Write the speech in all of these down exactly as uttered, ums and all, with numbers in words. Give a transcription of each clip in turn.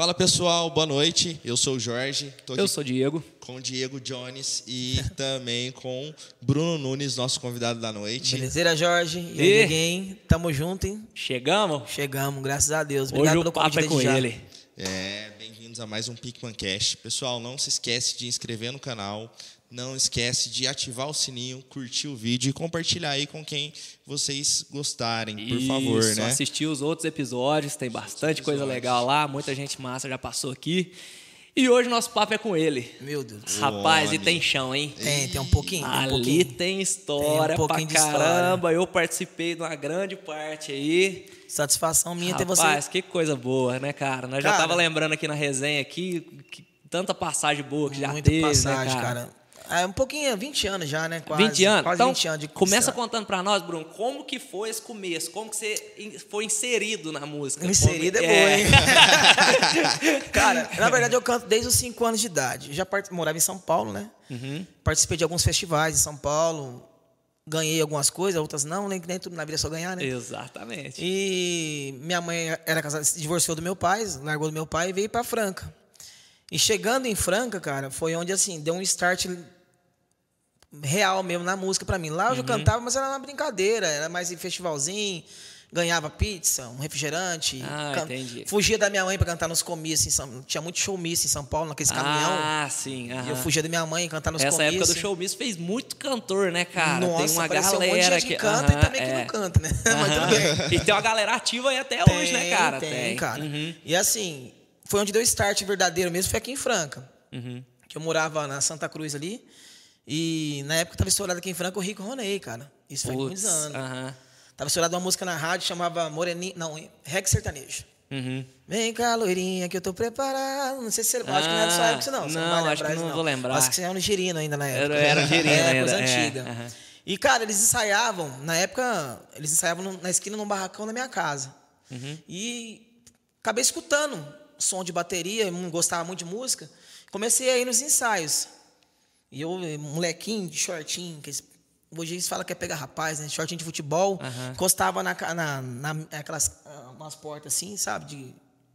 Fala pessoal, boa noite. Eu sou o Jorge. Tô aqui Eu sou o Diego. com o Diego Jones e também com Bruno Nunes, nosso convidado da noite. Belezeira, Jorge. E, E? aí, Dieguinho? Tamo junto, hein? Chegamos? Chegamos, graças a Deus. Obrigado Hoje pelo o papo convite é com desde já. ele. É, bem-vindos a mais um Pikman Cast. Pessoal, não se esquece de inscrever no canal, não esquece de ativar o sininho, curtir o vídeo e compartilhar aí com quem vocês gostarem, por Isso, favor, né? assistir os outros episódios, tem bastante coisa legal lá, muita gente massa já passou aqui. E hoje nosso papo é com ele. Meu Deus. Rapaz, homem. e tem chão, hein? Tem, tem um pouquinho. Tem um Ali pouquinho. tem história Tem um pra pouquinho de caramba. Eu participei de uma grande parte aí. Satisfação minha ter você. Rapaz, que coisa boa, né, cara? Nós já Cara, tava lembrando aqui na resenha aqui, que tanta passagem boa que já Muita teve, passagem, né, cara. É um pouquinho, vinte anos já, né? Quase, vinte anos? Quase Então, vinte anos de começa cristão. contando pra nós, Bruno, como que foi esse começo? Como que você in- foi inserido na música? Inserido Como- é boa, hein? Cara, na verdade eu canto desde os cinco anos de idade. Eu já part... morava em São Paulo, né? Uhum. Participei de alguns festivais em São Paulo. Ganhei algumas coisas, outras não. Nem, nem tudo na vida é só ganhar, né? Exatamente. E minha mãe era casada, se divorciou do meu pai, largou do meu pai e veio para Franca. E chegando em Franca, cara, foi onde assim deu um start real mesmo na música para mim. Lá eu já cantava, mas era uma brincadeira, era mais em festivalzinho, ganhava pizza, um refrigerante, Ah, can- entendi. fugia da minha mãe para cantar nos comícios, em São... tinha muito showmício em São Paulo, naqueles caminhão. Ah, sim. aham. E eu fugia da minha mãe cantar nos Essa comícios. época do showbiz fez muito cantor, né, cara? Nossa, tem uma apareceu galera um monte de gente que que canta aham, e também que é. não canta, né? Mas Aham. tudo bem. E tem uma galera ativa aí até Tem, hoje, né, cara? Tem, cara. Uhum. E assim, foi onde deu start verdadeiro mesmo, foi aqui em Franca. Uhum. Que eu morava na Santa Cruz ali. E na época tava estourado aqui em Franca o Rico Ronei, cara. Isso faz muitos Putz, anos. aham. Tava estourado uma música na rádio, chamava Moreninha. Não, Reggae Sertanejo. Uhum. Vem cá, loirinha, que eu tô preparado. Não sei se você. Acho que não é da sua época, isso não. Você não, vai lembrar acho que isso, não vou lembrar. Acho que você era um girino ainda na época. Era- era girino é, ainda, coisa é, antiga. aham. E, cara, eles ensaiavam, na época, eles ensaiavam no- na esquina num barracão da minha casa. Uhum. E acabei escutando som de bateria, eu não gostava muito de música. Comecei a ir nos ensaios. E eu, molequinho, de shortinho, que eles- hoje eles falam que é pegar rapaz, né? Shortinho de futebol, Aham. encostava na, ca- na, na aquelas ah, umas portas assim, sabe? De,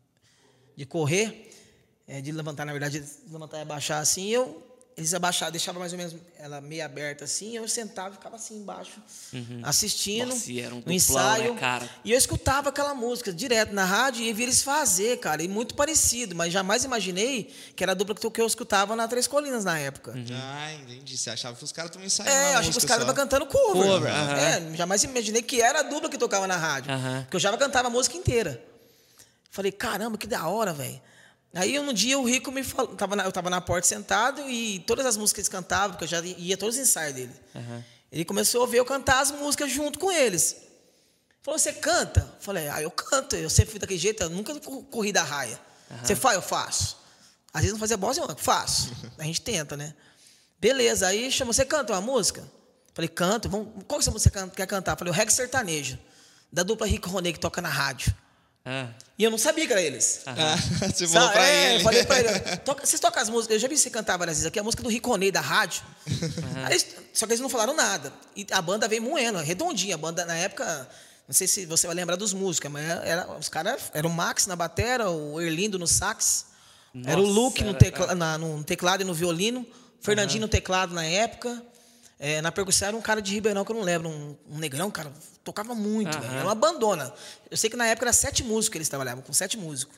de correr, é, de levantar, na verdade, de levantar e abaixar assim. E eu, eles abaixavam, deixavam mais ou menos ela meio aberta assim, eu sentava e ficava assim embaixo, assistindo Nossa, e era um no duplão, ensaio. né, cara? E eu escutava aquela música direto na rádio e via eles fazer, cara, e muito parecido, mas jamais imaginei que era a dupla que eu- que eu escutava na Três Colinas na época. Ah, entendi. Você achava que os caras estavam ensaiando É, a eu achei que os música caras só. estavam cantando cover. Cover, aham. É, jamais imaginei que era a dupla que tocava na rádio. Aham. Porque eu já cantava a música inteira. Falei, caramba, que da hora, velho. Aí um dia o Rico me falou, tava na- eu estava na porta sentado e todas as músicas que eles cantavam, porque eu já ia a todos os ensaios dele. Aham. Ele começou a ouvir eu cantar as músicas junto com eles. Falou, você canta? Falei, ah, eu canto. Eu sempre fui daquele jeito, eu nunca co- corri da raia. Você faz? Eu faço. Às vezes não fazia bosta, eu faço. A gente tenta, né? Beleza, aí chamou, você canta uma música? Falei, canto. Vamos, qual que você música você quer cantar? Falei, o Reggae Sertanejo, da dupla Rico Ronei, que toca na rádio. Ah. E eu não sabia que era eles. Ah, você falou Sabe? pra é, ele. eu falei pra ele, toca, vocês tocam as músicas, eu já vi você cantar várias vezes aqui, a música do Rico Ronei, da rádio. Aí eles- só que eles não falaram nada. E a banda veio moendo, redondinha. A banda, na época, não sei se você vai lembrar dos músicos, mas era, os caras, era o Max na batera, o Erlindo no sax, era o Nossa, Luke no, era- tecla, na- no teclado e no violino, o Fernandinho no teclado na época. É, na percussão era um cara de Ribeirão que eu não lembro, um, um negrão, cara, tocava muito, velho, era uma bandona. Eu sei que na época era sete músicos que eles trabalhavam, com sete músicos.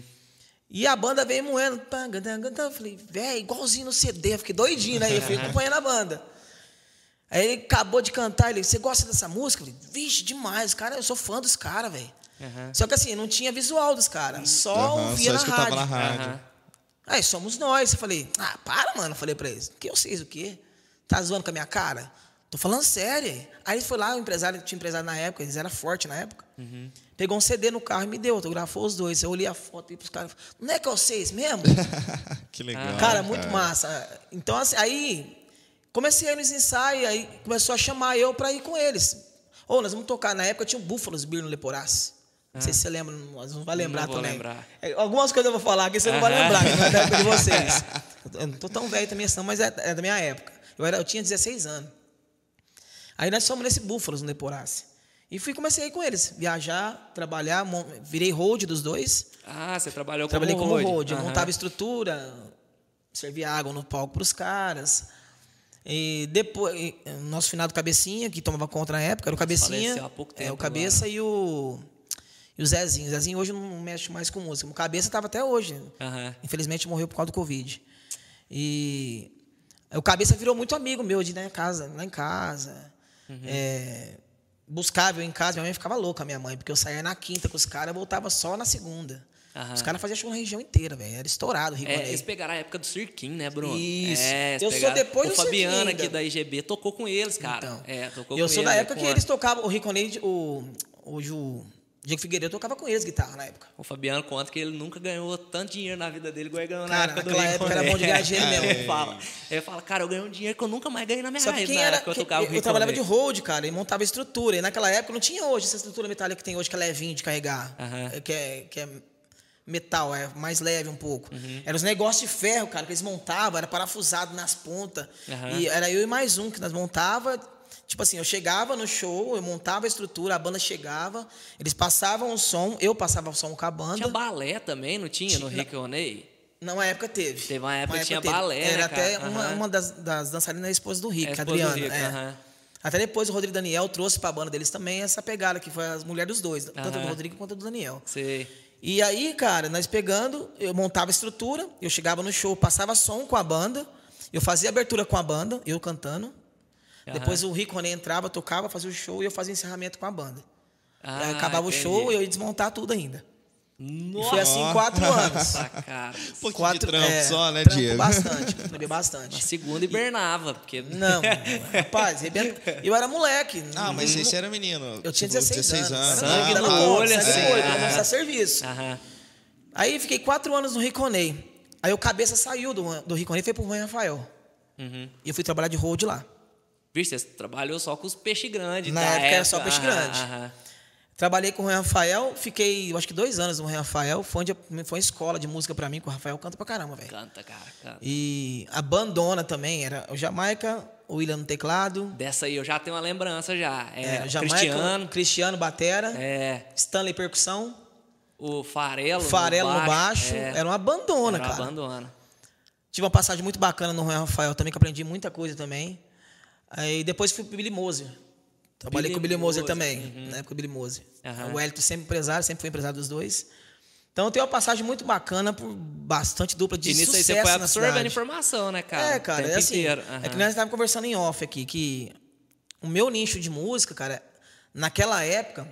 E a banda veio moendo. pá, gandã, gandã. Eu falei, velho, igualzinho no C D. Eu fiquei doidinho, né? Eu fui acompanhando a banda. Aí ele acabou de cantar. Ele, você gosta dessa música? Eu falei, vixe, demais. Cara, eu sou fã dos caras, velho. Aham. Só que assim, não tinha visual dos caras. Só Aham, ouvia só na escutava rádio. na rádio. Aham. Aí, somos nós. Eu falei, ah, para, mano. Eu falei pra eles, que eu sei o quê? Tá zoando com a minha cara? Tô falando sério. Aí ele foi lá, o empresário, tinha empresário na época, eles eram fortes na época. Pegou um C D no carro e me deu, autografou os dois. Eu olhei a foto e pros caras, não é que é vocês mesmo? Que legal. Cara, muito massa. Então, assim, aí comecei a ir nos ensaios, aí começou a chamar eu pra ir com eles. Ou nós vamos tocar, na época tinha o Búfalos Beer no Leporace. Não sei se você lembra, nós não vai lembrar Não vou também. lembrar. É, algumas coisas eu vou falar que você não vai Aham. lembrar, que não é da época de vocês. Eu não tô tão velho também assim, não, mas é, é da minha época. Eu, era, eu tinha dezesseis anos. Aí nós fomos nesse Búfalos no Leporace. E fui comecei com eles, viajar, trabalhar, virei road dos dois. Ah, você trabalhou Trabalhei como como road. road. Eu Aham. montava estrutura, servia água no palco para os caras. E depois, e, nosso finado Cabecinha, que tomava conta na época, era o Cabecinha, Faleceu há pouco tempo é, o Cabeça agora. e o, e o Zezinho. O Zezinho hoje não mexe mais com música. O Cabeça estava até hoje. Aham. Infelizmente morreu por causa do Covid. E o Cabeça virou muito amigo meu de né, casa, lá em casa. Uhum. É, buscava eu em casa, minha mãe ficava louca, minha mãe, porque eu saía na quinta com os caras e voltava só na segunda. Aham. Os caras faziam show na região inteira, velho. Era estourado o Rio É, Grande. eles pegaram a época do Cirquinho, né, Bruno? Isso. É, eles Eu sou pegaram- depois o do Cirquinho Fabiano ainda. aqui da I G B tocou com eles, cara. Então, É, tocou eu com sou da eles, época né, que com- eles tocavam, o Riconade, o, o, Ju, Diego Figueiredo tocava com eles guitarra na época. O Fabiano conta que ele nunca ganhou tanto dinheiro na vida dele igual ele ganhou na Cara, época do naquela Rico época era Né? bom de ganhar dinheiro mesmo. Ele fala, ele fala, cara, eu ganhei um dinheiro que eu nunca mais ganhei na minha Só que vida, quem na era. época que eu quem- tocava eu, com o Rico trabalhava Né? de road, cara, e montava estrutura. E naquela época não tinha hoje essa estrutura metálica que tem hoje, que é levinho de carregar. Aham. É, que, é, que é metal, é mais leve um pouco. Uhum. Era os negócios de ferro, cara, que eles montavam, era parafusado nas pontas. Aham. E era eu e mais um que nós montava. Tipo assim, eu chegava no show, eu montava a estrutura, a banda chegava, eles passavam o som, eu passava o som com a banda. Tinha balé também, não tinha, no Tinha- Rick Oney? Não, uma época teve. Teve uma época que tinha balé, né, Era cara? até uma, Aham. uma das, das dançarinas, a esposa do Rick, É a a esposa do Adriana. Rick, é. aham. Até depois o Rodrigo Daniel trouxe pra banda deles também essa pegada, que foi as mulheres dos dois, tanto Aham. do Rodrigo quanto do Daniel. Sei. E aí, cara, nós pegando, eu montava a estrutura, eu chegava no show, passava som com a banda, eu fazia abertura com a banda, eu cantando. Aham. Depois o Rico Roné entrava, tocava, fazia o show e eu fazia encerramento com a banda. Ah, aí acabava entendi. o show e eu ia desmontar tudo ainda. E Nossa, foi assim quatro anos. cara. Um pouquinho Quatro, de trampo é, só, né, trampo Diego? bastante, trampei bastante. Na segunda hibernava, porque... Não, rapaz, arrebenta- eu era moleque. Ah, mas não- você era menino. Eu tinha tipo, dezesseis, anos. Sangue Era no novo, olho, sangue assim, no olho, aham. pra mostrar serviço. Aham. Aí fiquei quatro anos no Riconei. Aí o Cabeça saiu do, do Riconei e foi pro Juan Rafael. Uhum. E eu fui trabalhar de road lá. Vixe, você trabalhou só com os peixes grandes. Na da época era só peixe Aham, grande. aham. Trabalhei com o Juan Rafael, fiquei, eu acho que dois anos no Juan Rafael. Foi, onde eu- foi uma escola de música pra mim, que o Rafael canta pra caramba, velho. Canta, cara, canta. E a bandona também, era o Jamaica, o William no teclado, Dessa aí eu já tenho uma lembrança já. É, é, o Jamaica, Cristiano, Cristiano Batera, é, Stanley Percussão, o Farelo, Farelo no baixo, é, era uma bandona, era uma cara. bandona. Tive uma passagem muito bacana no Juan Rafael também, que eu aprendi muita coisa também. Aí depois fui pro Billy Moser. Trabalhei Billy com o Billy Moser Moser, também, uhum. na época do Billy Moser. Aham. O Hélito sempre empresário, sempre foi empresário dos dois. Então eu tenho uma passagem muito bacana por bastante dupla de E nisso aí sucesso você foi na absorvendo cidade. informação, né, cara? É, O cara, tempo é assim. inteiro. É Aham. que nós estávamos conversando em off aqui, que o meu nicho de música, cara, naquela época,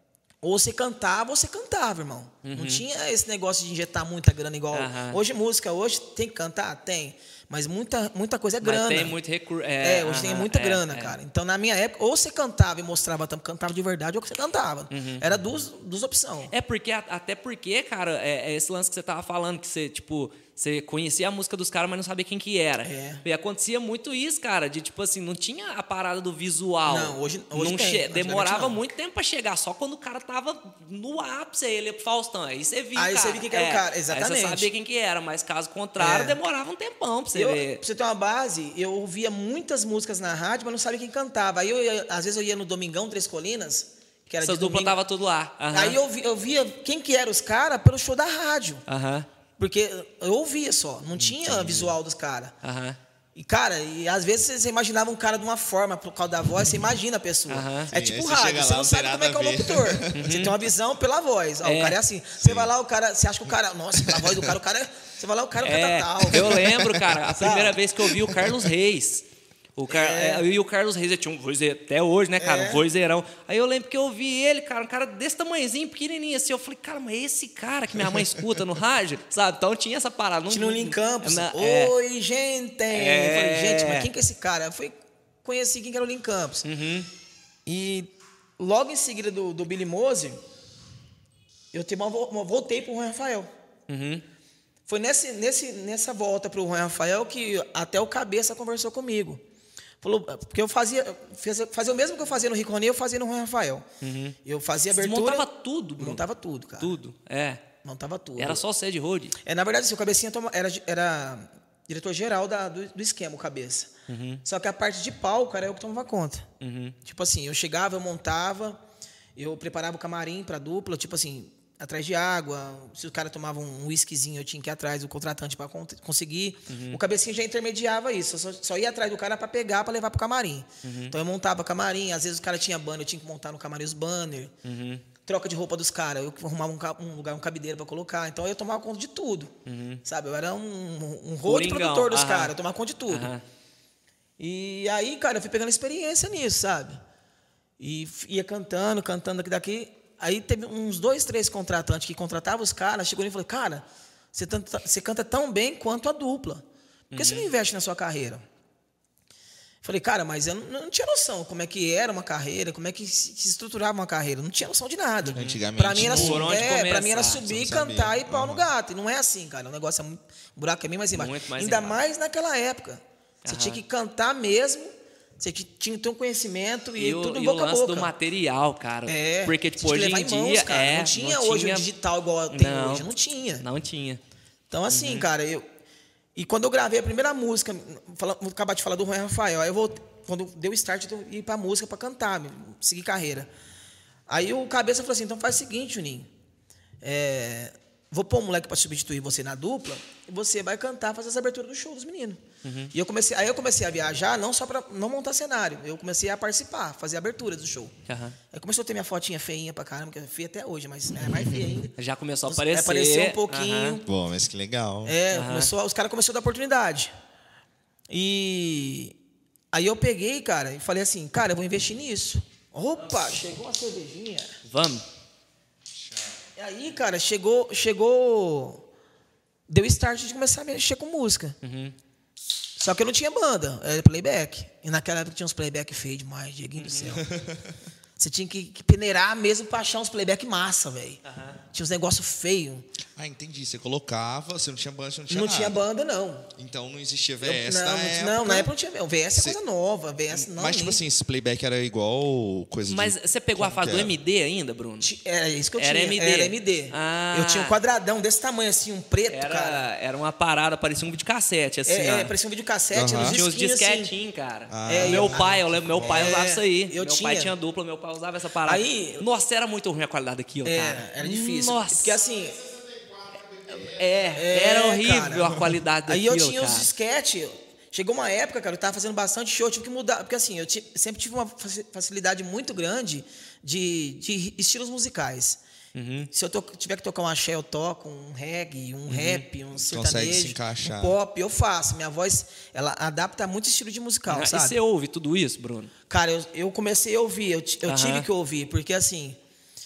ou você cantava ou você cantava, irmão. Não tinha esse negócio de injetar muita grana igual. Aham. Hoje, música, hoje tem que cantar? Tem. Mas muita, muita coisa é Mas grana. tem muito recurso. É, É, hoje tem aham, muita é, grana, é. cara. Então, na minha época, ou você cantava e mostrava tanto cantava de verdade, ou você cantava. Uhum. Era duas, duas opções. É porque, até porque, cara, é, é esse lance que você tava falando, que você, tipo, você conhecia a música dos caras, mas não sabia quem que era. É. E acontecia muito isso, cara, de tipo assim, não tinha a parada do visual. Não, hoje- hoje Não tem, che- antigamente demorava não. muito tempo pra chegar, só quando o cara tava no ápice, aí ele ia pro Faustão. Aí você via, Aí cara. você via quem que era o cara, Aí exatamente. você sabia quem que era, mas caso contrário, É. demorava um tempão pra você Eu, ver. pra você ter uma base, eu ouvia muitas músicas na rádio, mas não sabia quem cantava. Aí, eu ia- às vezes, eu ia no Domingão, Três Colinas, que era Essas de duplas domingo. tava tudo lá. Aham. Aí eu, vi- eu via quem que eram os caras pelo show da rádio. Aham, Porque eu ouvia só, não tinha visual dos caras. aham. E, cara, e às vezes você imaginava um cara de uma forma por causa da voz, você imagina a pessoa. Aham. É Sim, tipo aí você rádio, chega você lá, não não sabe tem como é que é o nada a ver. locutor. Você tem uma visão pela voz. Ó, É. o cara é assim. Você vai lá, o cara, você acha que o cara, nossa, a voz do cara, o cara é, você vai lá, o cara É, canta tal. eu lembro, cara, a Sabe? primeira vez que eu vi o Carlos Reis. O Car... É. é, e o Carlos Reis, ele tinha um vozeirão, até hoje, né, cara? É. Um vozeirão. Aí eu lembro que eu vi ele, cara, um cara desse tamanhozinho, pequenininho assim. Eu falei, cara, mas é esse cara que minha mãe escuta no rádio, sabe? Então tinha essa parada. Não, Tinha no Lin Campos. Na- é. Oi, gente! É. Eu falei, gente, mas quem que é esse cara? Eu fui conheci quem que era o Lin Campos. Uhum. E logo em seguida do, do Billy Mose, eu tive uma, vo- uma- voltei pro Juan Rafael. Uhum. Foi nesse, nesse, nessa volta pro Juan Rafael que até o Cabeça conversou comigo. Falou, porque eu fazia, fazia, fazia o mesmo que eu fazia no Ricone, eu fazia no Juan Rafael. Eu fazia Você abertura. montava tudo, Bruno. Montava tudo, cara. Tudo, é. Montava tudo. Era só ser de road. É, na verdade, assim, o Cabecinha toma- era, era diretor-geral da- do, do esquema, o Cabeça. Só que a parte de palco era eu que tomava conta. Tipo assim, eu chegava, eu montava. eu preparava o camarim pra dupla, tipo assim, atrás de água. Se o cara tomava um whiskyzinho, eu tinha que ir atrás do contratante para conseguir. Uhum. O cabecinha já intermediava isso. Eu só, só ia atrás do cara para pegar, para levar pro camarim. Uhum. Então eu montava camarim. Às vezes o cara tinha banner, eu tinha que montar no camarim os banners. Uhum. Troca de roupa dos caras. Eu arrumava um, um lugar, um cabideiro para colocar. Então eu tomava conta de tudo. Uhum. Sabe? Eu era um, um rolo de produtor dos caras. Eu tomava conta de tudo. Uhum. E aí, cara, eu fui pegando experiência nisso, sabe? E ia cantando, cantando aqui daqui. Aí teve uns dois, três contratantes que contratavam os caras, chegou e falou, cara, você, tanta, você canta tão bem quanto a dupla. Por que uhum. você não investe na sua carreira? Falei, cara, mas eu não, não tinha noção como é que era uma carreira, como é que se, se estruturava uma carreira. Não tinha noção de nada. Antigamente, pra mim era, su é, pra mim era subir, cantar sabia. e pau uhum. no gato. E não é assim, cara. O negócio é muito, o buraco é bem mais embaixo. Muito mais Ainda embaixo. mais naquela época. Você uhum. tinha que cantar mesmo. Você tinha que ter um conhecimento e, e tudo e boca o lance a boca. do material, cara. É, porque tipo, hoje em em dia mãos, cara. é, não tinha não hoje tinha... o digital igual tem não, hoje, não tinha. Não tinha. Então assim, uhum. cara, eu e quando eu gravei a primeira música, fala, vou acabar de falar do Juan Rafael, aí eu vou quando deu o start eu ir pra música pra cantar, seguir carreira. Aí o cabeça falou assim, então faz o seguinte, Juninho, é, vou pôr um moleque para substituir você na dupla e você vai cantar, fazer as aberturas do show dos meninos. Uhum. E eu comecei, aí eu comecei a viajar, não só para não montar cenário, eu comecei a participar, fazer aberturas do show. Uhum. Aí começou a ter minha fotinha feinha pra caramba, que é feia até hoje, mas é mais feia ainda. Já começou a aparecer. Apareceu um pouquinho. Uhum. Bom, mas que legal. É, uhum. começou, os caras começaram a dar oportunidade. E aí eu peguei, cara, e falei assim, cara, eu vou investir nisso. Opa, chegou uma cervejinha. Vamos. E aí, cara, chegou, chegou, deu start de começar a mexer com música. Uhum. Só que eu não tinha banda, era playback. E naquela época tinha uns playback feios demais, Dieguinho uhum. do céu. Você tinha que, que peneirar mesmo pra achar uns playback massa, velho. Uhum. Tinha uns negócios feios. Ah, entendi. Você colocava, você não tinha banda, você não tinha Não nada. tinha banda, não. Então não existia V S eu, não, na não, época. Não, na época não tinha. O V S é Cê... coisa nova, V S não. Mas, tipo nem. assim, esse playback era igual coisa Mas de... você pegou Como a fase do M D ainda, Bruno? Era isso que eu era tinha. M D. Era M D. Ah. Eu tinha um quadradão desse tamanho, assim, um preto, era, cara. Era uma parada, parecia um videocassete, assim, É, ó. é parecia um videocassete. Uhum. Tinha os disquetinhos, assim. cara. Ah. É, meu pai, eu lembro, meu pai é, usava isso aí. Eu meu tinha. pai tinha dupla, meu pai usava essa parada. Aí, Nossa, era muito ruim a qualidade daquilo, é, cara. Era difícil. Nossa. Porque assim... É, é era horrível cara. a qualidade daquilo, Aí eu tinha cara. os disquetes. Chegou uma época, cara, eu tava fazendo bastante show, eu tive que mudar. Porque assim, eu sempre tive uma facilidade muito grande de, de estilos musicais. Uhum. Se eu to tiver que tocar um axé, eu toco, um reggae, um uhum. rap, um sertanejo, se encaixar. um pop, eu faço. Minha voz, ela adapta muito estilo de musical, ah, sabe? E você ouve tudo isso, Bruno? Cara, eu, eu comecei a ouvir, eu, eu uhum. tive que ouvir, porque assim,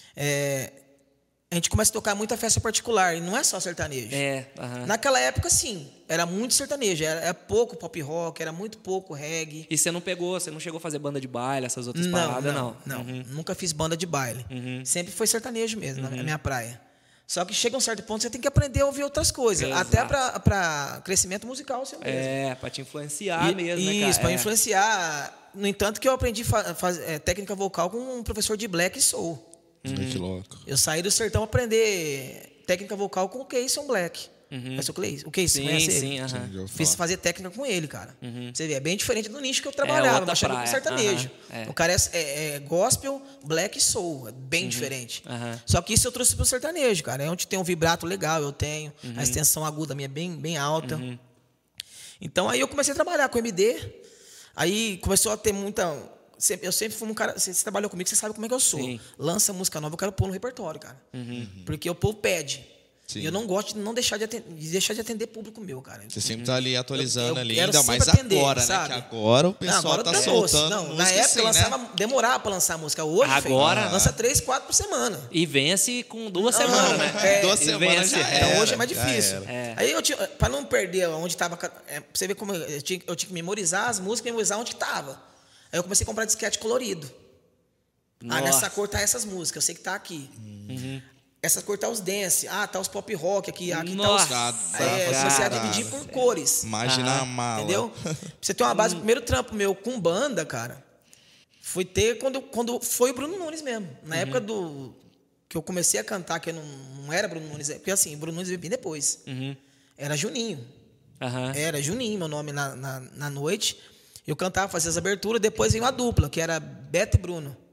é, a gente começa a tocar muita festa particular, e não é só sertanejo. É, uhum. Naquela época, sim, era muito sertanejo, era, era pouco pop rock, era muito pouco reggae. E você não pegou, você não chegou a fazer banda de baile, essas outras não, paradas, não? Não, não. Uhum. Nunca fiz banda de baile. Uhum. Sempre foi sertanejo mesmo, uhum. na minha praia. Só que chega um certo ponto, você tem que aprender a ouvir outras coisas. Exato. Até para crescimento musical seu mesmo. É, para te influenciar e, mesmo, né, cara? Isso, para é. influenciar. No entanto, que eu aprendi fa é, técnica vocal com um professor de black e soul. Uhum. Que louco. Eu saí do sertão para aprender técnica vocal com o Keyson Black. Uhum. Mas o Keyson, o Keyson, sim, conhece sim, ele? Uhum. Fiz fazer técnica com ele, cara. Uhum. Você vê, é bem diferente do nicho que eu trabalhava, é mas chegou com sertanejo. Uhum. É. O cara é, é, é gospel, black e soul, é bem uhum. diferente. Uhum. Só que isso eu trouxe pro sertanejo, cara. É onde tem um vibrato legal, eu tenho. Uhum. A extensão aguda minha é bem, bem alta. Uhum. Então aí eu comecei a trabalhar com M D. Aí começou a ter muita... Eu sempre fui um cara... Você trabalhou comigo, você sabe como é que eu sou. Sim. Lança música nova, eu quero pôr no repertório, cara. Uhum. Porque o povo pede. Sim. E eu não gosto de não deixar de, atender, de deixar de atender público meu, cara. Você sempre tá ali atualizando eu, eu ali, ainda mais atender, agora, sabe? né? Que agora o pessoal não, agora tá soltando não, música. Na época assim, eu lançava, né? demorava pra lançar música. Hoje, agora feio, lança três, quatro por semana. E vence com duas não, semanas, não, né? É, duas semanas já Então era, hoje é mais difícil. É. Aí eu tinha, pra não perder onde tava... É, pra você ver como eu tinha, eu tinha que memorizar as músicas, memorizar onde que tava. Aí eu comecei a comprar disquete colorido. Nossa. Ah, nessa cor tá essas músicas, eu sei que tá aqui. Uhum. Essas cor tá os dance, ah, tá os pop rock aqui, aqui Nossa, tá os... É, cara, você a dividir por cores. Imagina ah, a mala. Entendeu? Pra você ter uma base, o primeiro trampo meu com banda, cara, foi ter quando, quando foi o Bruno Nunes mesmo. Na uhum. época do... Que eu comecei a cantar, que eu não, não era Bruno Nunes, porque assim, Bruno Nunes veio bem depois. Uhum. Era Juninho. Uhum. Era Juninho, meu nome na, na, na noite. Eu cantava, fazia as aberturas, depois veio a dupla, que era Beto e Bruno.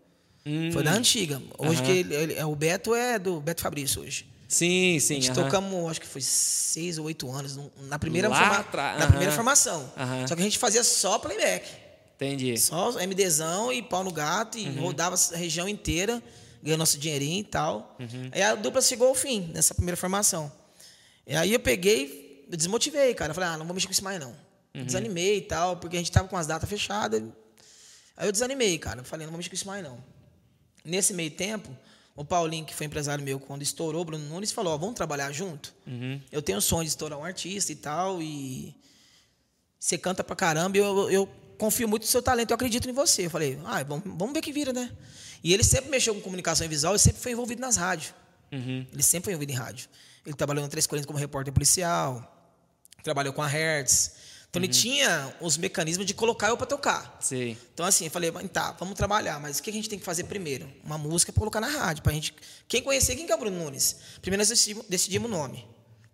Hum. Foi da antiga. Hoje Aham. que ele, ele- o Beto é do Beto Fabrício hoje. Sim, sim. A gente aham. tocamos, acho que foi seis ou oito anos, no- na primeira, Lá forma- atrás, na aham. primeira formação. Aham. Só que a gente fazia só playback. Entendi. Só MDzão e pau no gato, e Uhum. rodava a região inteira, ganhando nosso dinheirinho e tal. Uhum. Aí a dupla chegou ao fim, nessa primeira formação. E aí eu peguei, eu desmotivei, cara. Eu falei, ah, não vou mexer com isso mais, não. Uhum. Desanimei e tal, porque a gente tava com as datas fechadas. Aí eu desanimei, cara. Eu falei, não vou mexer com isso mais, não. Nesse meio tempo, o Paulinho, que foi empresário meu, quando estourou, o Bruno Nunes falou, ó, vamos trabalhar junto? Uhum. Eu tenho o sonho de estourar um artista e tal, e você canta pra caramba, e eu, eu confio muito no seu talento, eu acredito em você. Eu falei, ah, vamos, vamos ver que vira, né? E ele sempre mexeu com comunicação visual e sempre foi envolvido nas rádios. Uhum. Ele sempre foi envolvido em rádio. Ele trabalhou no três quarenta como repórter policial, trabalhou com a Hertz. Então, ele tinha os mecanismos de colocar eu para tocar. Sei. Então, assim, eu falei, tá, vamos trabalhar, mas o que a gente tem que fazer primeiro? Uma música para colocar na rádio, pra gente... Quem conhecer, quem que é o Bruno Nunes? Primeiro nós decidimos, decidimos o nome.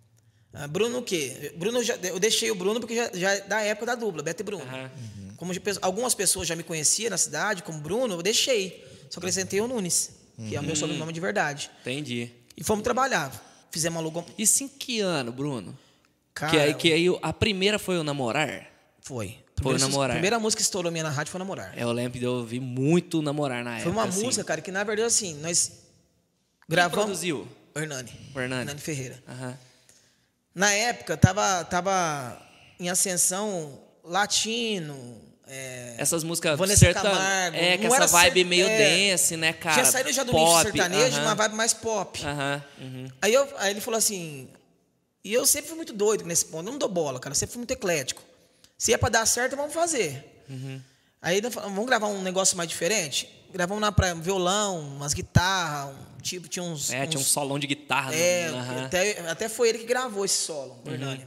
Ah, Bruno o quê? Bruno, já, eu deixei o Bruno porque já, já é da época da dupla, Beto e Bruno. Aham. Como já- algumas pessoas já me conheciam na cidade, como Bruno, eu deixei. Só acrescentei o Nunes, que é o meu sobrenome de verdade. Entendi. E fomos trabalhar. Fizemos uma logo... Isso em que ano, Bruno? Cara, que aí, que aí a primeira foi o Namorar? foi. Foi o Primeiro- Namorar. A primeira música que estourou minha na rádio foi Namorar. Eu lembro de eu ouvir muito Namorar na época. Foi uma assim. música, cara, que na verdade, assim, nós Quem gravamos... produziu? O Hernani. O Hernani. Hernani Ferreira. Aham. Na época, tava, tava em ascensão latino... É, Essas músicas Vanessa sertan... Camargo. É, que Não essa era vibe ser- meio é, dance, né, cara? Tinha saído já do Pop, nicho sertanejo, aham. uma vibe mais pop. Aham. Uhum. Aí, eu, aí ele falou assim... E eu sempre fui muito doido nesse ponto. Eu não dou bola, cara. Eu sempre fui muito eclético. Se é pra dar certo, vamos fazer. Uhum. Aí nós falamos, vamos gravar um negócio mais diferente? Gravamos na praia, um violão, umas guitarras, um, tipo, tinha uns... É, tinha um uns- solão de guitarra. É, no... aham. até, até foi ele que gravou esse solo, o Hernani.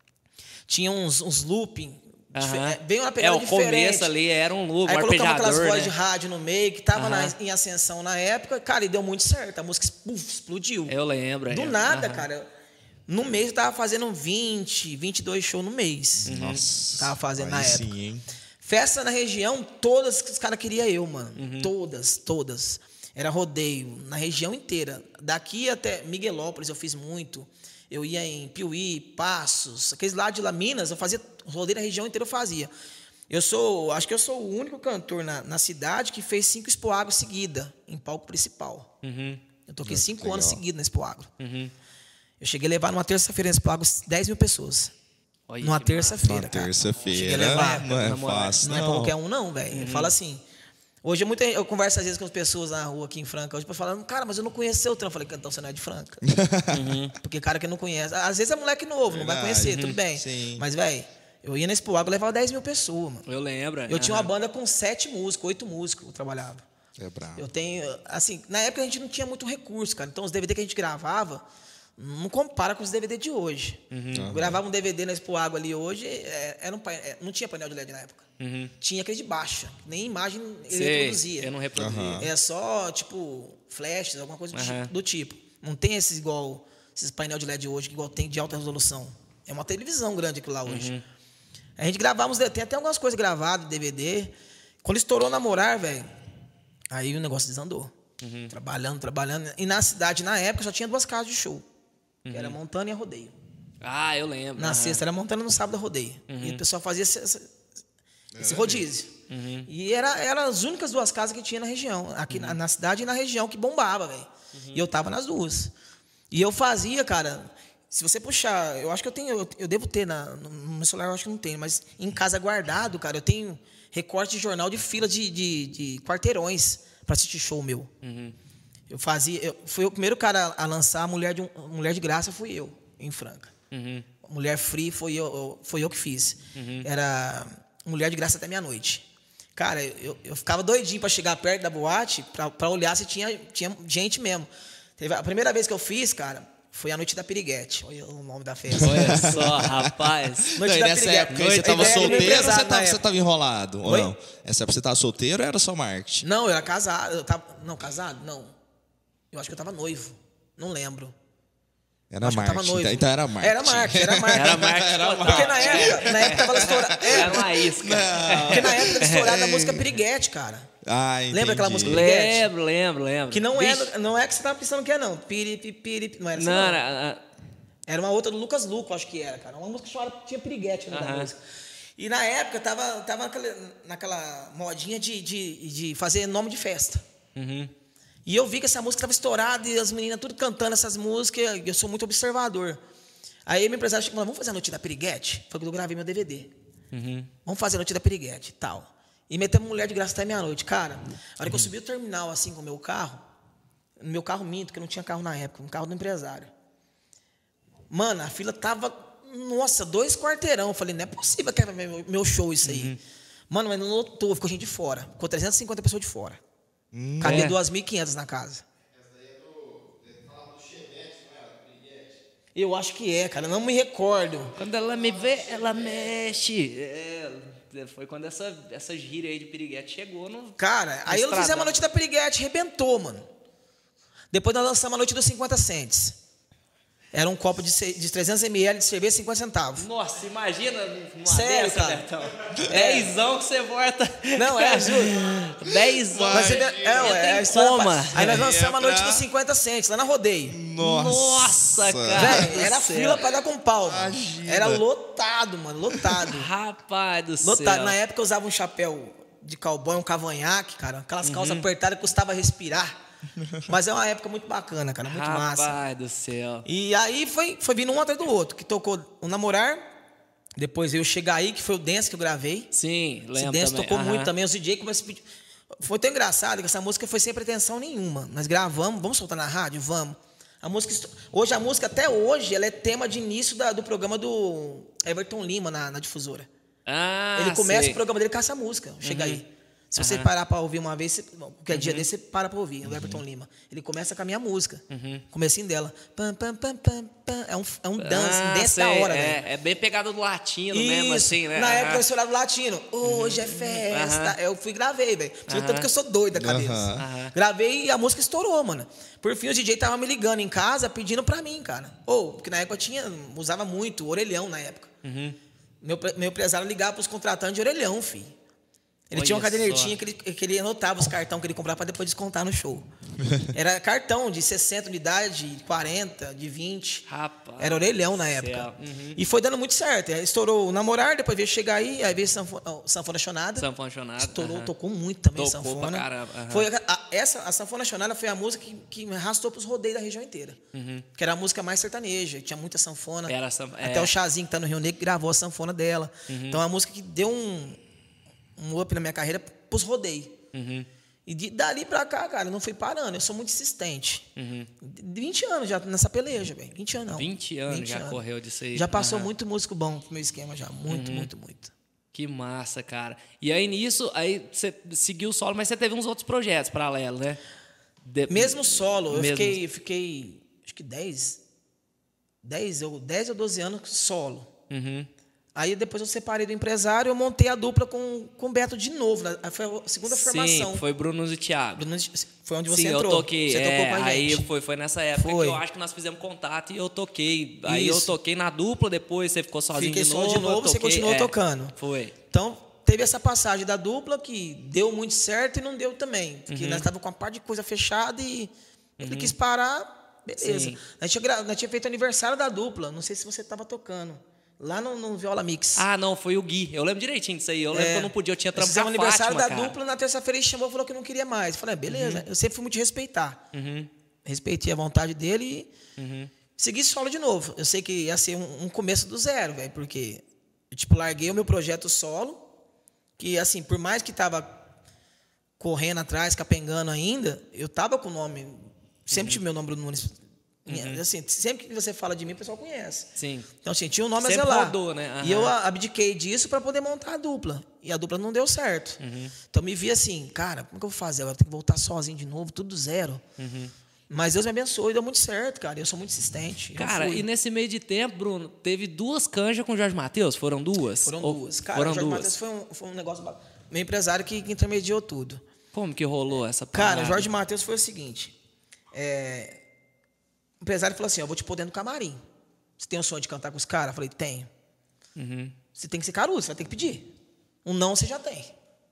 Tinha uns, uns looping. dife- Aham. é, Veio uma É, pegada o diferente. começo ali era um loop, Aí um colocamos aquelas arpejador, vozes né? de rádio no meio, que tava Aham. na- em ascensão na época. Cara, e deu muito certo. A música puf, explodiu. Eu lembro. Do é. nada, Aham. cara. No mês eu tava fazendo vinte, vinte e dois shows no mês. Nossa. Tava fazendo aí na sim, época. hein? Festa na região, todas que os caras queriam eu, mano. Uhum. Todas, todas. Era rodeio, na região inteira. Daqui até Miguelópolis eu fiz muito. Eu ia em Piuí, Passos, aqueles lá de lá, Minas, eu fazia rodeio na região inteira, eu fazia. Eu sou, acho que eu sou o único cantor na, na cidade que fez cinco Expo Agro seguida, em palco principal. Uhum. Eu toquei Nossa, cinco legal. anos seguidos na Expo Agro. Uhum. Eu cheguei a levar numa terça-feira na Expo Agro dez mil pessoas. Olha Numa que terça-feira, Na cara. Cheguei a terça-feira levar. não é Namorar. fácil, Não é pra não. qualquer um, não, velho. Fala assim. Hoje é muita, eu converso às vezes com as pessoas na rua aqui em Franca. Hoje, falando, cara, mas eu não conheço seu trampo. Eu falei, então você não é de Franca. Porque cara que não conhece. Às vezes é moleque novo, não vai Verdade. conhecer, tudo bem. Sim. Mas, velho, eu ia na Expo Agro e levava dez mil pessoas, mano. Eu lembro. Eu tinha uma aham. banda com sete músicos, oito músicos eu trabalhava. É brabo. Eu tenho, assim, na época a gente não tinha muito recurso, cara. Então os D V D que a gente gravava não compara com os D V D de hoje. Eu gravava um D V D na Expo Água ali hoje, é, era um, painel- é, não tinha painel de L E D na época. Uhum. Tinha aquele de baixa, nem imagem ele Sei, reproduzia. eu não reproduzia. Aham. É só, tipo, flashes, alguma coisa do, Aham. tipo, do tipo. Não tem esses igual, esses painel de L E D hoje, que igual tem de alta resolução. É uma televisão grande aquilo lá hoje. Uhum. A gente gravava, uns, tem até algumas coisas gravadas, D V D. Quando estourou Namorar, velho, aí o negócio desandou. Uhum. Trabalhando, trabalhando. E na cidade, na época, só tinha duas casas de show. Que Uhum. era Montana e a Rodeio. Ah, eu lembro. Na aham. sexta era Montana, no sábado a Rodeio. Uhum. E o pessoal fazia esse, esse, esse rodízio. Uhum. E era, eram as únicas duas casas que tinha na região. Aqui Uhum. na, na cidade e na região, que bombava, velho. E eu tava nas duas. E eu fazia, cara... Se você puxar... Eu acho que eu tenho... Eu, eu devo ter na, no meu celular, eu acho que não tenho. Mas em casa guardado, cara, eu tenho recorte de jornal de fila de, de, de quarteirões para assistir show meu. Uhum. Eu fazia... Eu, fui o primeiro cara a lançar a Mulher de, um, Mulher de Graça, fui eu, em Franca. Uhum. Mulher Free foi eu, eu- foi eu que fiz. Era Mulher de Graça até meia-noite. Cara, eu, eu ficava doidinho para chegar perto da boate para olhar se tinha, tinha gente mesmo. Teve, a primeira vez que eu fiz, cara, foi a Noite da Piriguete. Olha o nome da festa. Olha só, rapaz. Não, Noite e da nessa Piriguete. época aí você Noite- tava a ideia do meu solteiro ou você empresário na tava, você época. tava enrolado? Ou Oi? não? Essa época você tava solteiro ou era só marketing? Não, eu era casado. Eu tava, não, casado? Não. Eu acho que eu tava noivo. Não lembro. Era Acho que eu tava marketing. noivo. Então, então era marketing. Era marketing, era marketing. Era marketing total. Porque na época, na época tava estourada. Era uma isca. Porque na época tava estourada a música Piriguete, cara. Ah, entendi. Lembra aquela música Piriguete? Lembro, lembro, lembro. Que não é, não é que você tava pensando que é, não. Pirip, pirip, não era essa, Não, não. não. Era uma outra do Lucas Luco, acho que era, cara. Uma música que chamava, tinha Piriguete no uh-huh. da música. E na época tava, tava naquela, naquela modinha de, de, de fazer nome de festa. Uhum. E eu vi que essa música estava estourada e as meninas tudo cantando essas músicas. E eu sou muito observador. Aí meu empresário chegou e falou, vamos fazer a noite da Piriguete? Foi quando eu gravei meu D V D. Uhum. Vamos fazer a noite da Piriguete e tal. E metemos mulher de graça até meia-noite. Cara, a hora que eu subi o terminal assim com o meu carro, no meu carro minto, porque eu não tinha carro na época, um carro do empresário. Mano, a fila tava, nossa, dois quarteirão. Eu falei, não é possível que era meu, meu show isso aí. Uhum. Mano, mas não lotou, ficou gente de fora. Ficou trezentas e cinquenta pessoas de fora. Hum, Cabia é. duas mil e quinhentas na casa. Essa daí é do, fala do Chevette, não é? Piriguete. Eu acho que é, cara, não me recordo. Quando ela me vê, ela mexe. É, foi quando essa, essa gíria aí de Piriguete chegou no... Cara, no aí eu fiz a noite da Piriguete, arrebentou, mano. Depois nós lançamos a noite dos cinquenta cents. Era um copo de, de trezentos mililitros de cerveja, cinquenta centavos. Nossa, imagina uma Sério, dessa, cara? Bertão. Dezão que você volta. Não, é, juro. Dezão. Mas ele, é, é, é coma. Aí nós lançamos a noite dos cinquenta cents, lá na Rodeio. Nossa, Nossa cara. Véio, era fila pra dar com pau. Era lotado, mano, lotado. Rapaz do lotado. céu. Lotado. Na época eu usava um chapéu de cowboy, um cavanhaque, cara. Aquelas uhum. calças apertadas que custava respirar. Mas é uma época muito bacana, cara, muito Rapaz massa. Rapaz do céu. E aí foi, foi vindo um atrás do outro, que tocou o Namorar, depois veio o Chegar Aí, que foi o dance que eu gravei. Sim, lembro. Esse dance também. tocou Aham. muito também, os D J começaram a pedir. Foi tão engraçado que essa música foi sem pretensão nenhuma. Nós gravamos, vamos soltar na rádio? Vamos. A música, hoje a música, até hoje, ela é tema de início da, do programa do Everton Lima, na, na difusora. Ah, Ele começa sei. o programa dele com essa música, Chega Uhum. Aí. Se Uhum. você parar para ouvir uma vez, você, qualquer uhum. dia desse, você para para ouvir, o Everton Lima. Ele começa com a minha música, uhum. comecinho dela. Pam, pam, pam, pam, pam. É um, é um dance, ah, um dance sei. da hora, é, velho. é bem pegado do latino Isso. mesmo, assim, né? Na uhum. época eu estourava do latino. Hoje uhum. é festa. Uhum. Eu fui e gravei, velho. Uhum. Tanto que eu sou doido da cabeça. Uhum. Gravei e a música estourou, mano. Por fim, o D J tava me ligando em casa, pedindo pra mim, cara. Ou, oh, porque na época eu tinha, usava muito, orelhão na época. Uhum. Meu, meu empresário ligava pros contratantes de orelhão, filho. Ele Olha tinha uma cadernetinha que ele, que ele anotava os cartões que ele comprava para depois descontar no show. Era cartão de sessenta unidades, de quarenta, de vinte. Rapaz. Era orelhão na época. Uhum. E foi dando muito certo. Aí estourou o Namorar, depois veio Chegar Aí, aí veio Sanfona, Sanfona Chonada. Sanfona Chonada. Estourou, uhum. tocou muito também tocou Sanfona. Pra caramba. Uhum. Foi a, a, essa, a Sanfona Chonada foi a música que, que me arrastou pros rodeios da região inteira. Uhum. Que era a música mais sertaneja, tinha muita sanfona. Era sanf... Até é. o Chazinho, que tá no Rio Negro, gravou a sanfona dela. Uhum. Então, é uma música que deu um, um up na minha carreira pros rodeios. Uhum. E de, dali pra cá, cara, eu não fui parando. Eu sou muito insistente. Uhum. vinte anos já nessa peleja, velho. vinte anos não. vinte anos vinte já anos. correu disso aí. Já passou uhum. muito músico bom pro meu esquema já. Muito, uhum. muito, muito. Que massa, cara. E aí, nisso, aí você seguiu o solo, mas você teve uns outros projetos paralelos, né? De... Mesmo solo. Eu Mesmo... fiquei, fiquei, acho que dez, dez, ou, dez ou doze anos solo. Uhum. Aí depois eu separei do empresário e eu montei a dupla com, com o Beto de novo. Foi a segunda Sim, formação. Foi Bruno e Thiago. Bruno, foi onde você Sim, entrou. eu toquei. Você é, tocou com a aí gente. foi, foi nessa época foi. que eu acho que nós fizemos contato e eu toquei. Aí Isso. eu toquei na dupla, depois você ficou sozinho Fiquei de novo. Fiquei só de novo, toquei, você continuou é, tocando. Foi. Então, teve essa passagem da dupla que deu muito certo e não deu também. Porque uhum. nós estávamos com uma parte de coisa fechada e uhum. ele quis parar, beleza. Nós tinha, nós tinha feito aniversário da dupla, não sei se você estava tocando. Lá no, no Viola Mix. Ah, não, foi o Gui. Eu lembro direitinho disso aí. Eu lembro é, que eu não podia, eu tinha trampado com a Fátima, aniversário da cara. dupla, na terça-feira ele chamou e falou que não queria mais. Eu falei, beleza. Uhum. Eu sempre fui muito de respeitar. Uhum. Respeitei a vontade dele e uhum. segui solo de novo. Eu sei que ia ser um, um começo do zero, velho, porque eu, tipo, larguei o meu projeto solo, que, assim, por mais que tava correndo atrás, capengando ainda, eu tava com o nome, sempre uhum. tive meu nome Bruno Nunes. Uhum. Assim, sempre que você fala de mim, o pessoal conhece. Sim. Então, assim, tinha um nome sempre a zelar. rodou, né? Uhum. E eu abdiquei disso para poder montar a dupla. E a dupla não deu certo. Uhum. Então, me vi assim, cara, como que eu vou fazer? Agora eu tenho que voltar sozinho de novo, tudo do zero. Uhum. Mas Deus me abençoou e deu muito certo, cara. Eu sou muito insistente. Cara, e nesse meio de tempo, Bruno, teve duas canjas com o Jorge Mateus? Foram duas? Foram Ou duas. Cara, foram o Jorge duas. Mateus foi um, foi um negócio... Meu empresário que, que intermediou tudo. Como que rolou essa parada? Cara, o Jorge Mateus foi o seguinte... É... O empresário falou assim, eu vou te pôr dentro do camarim. Você tem o sonho de cantar com os caras? Eu falei, tenho. Uhum. Você tem que ser carudo, você vai ter que pedir. Um não você já tem.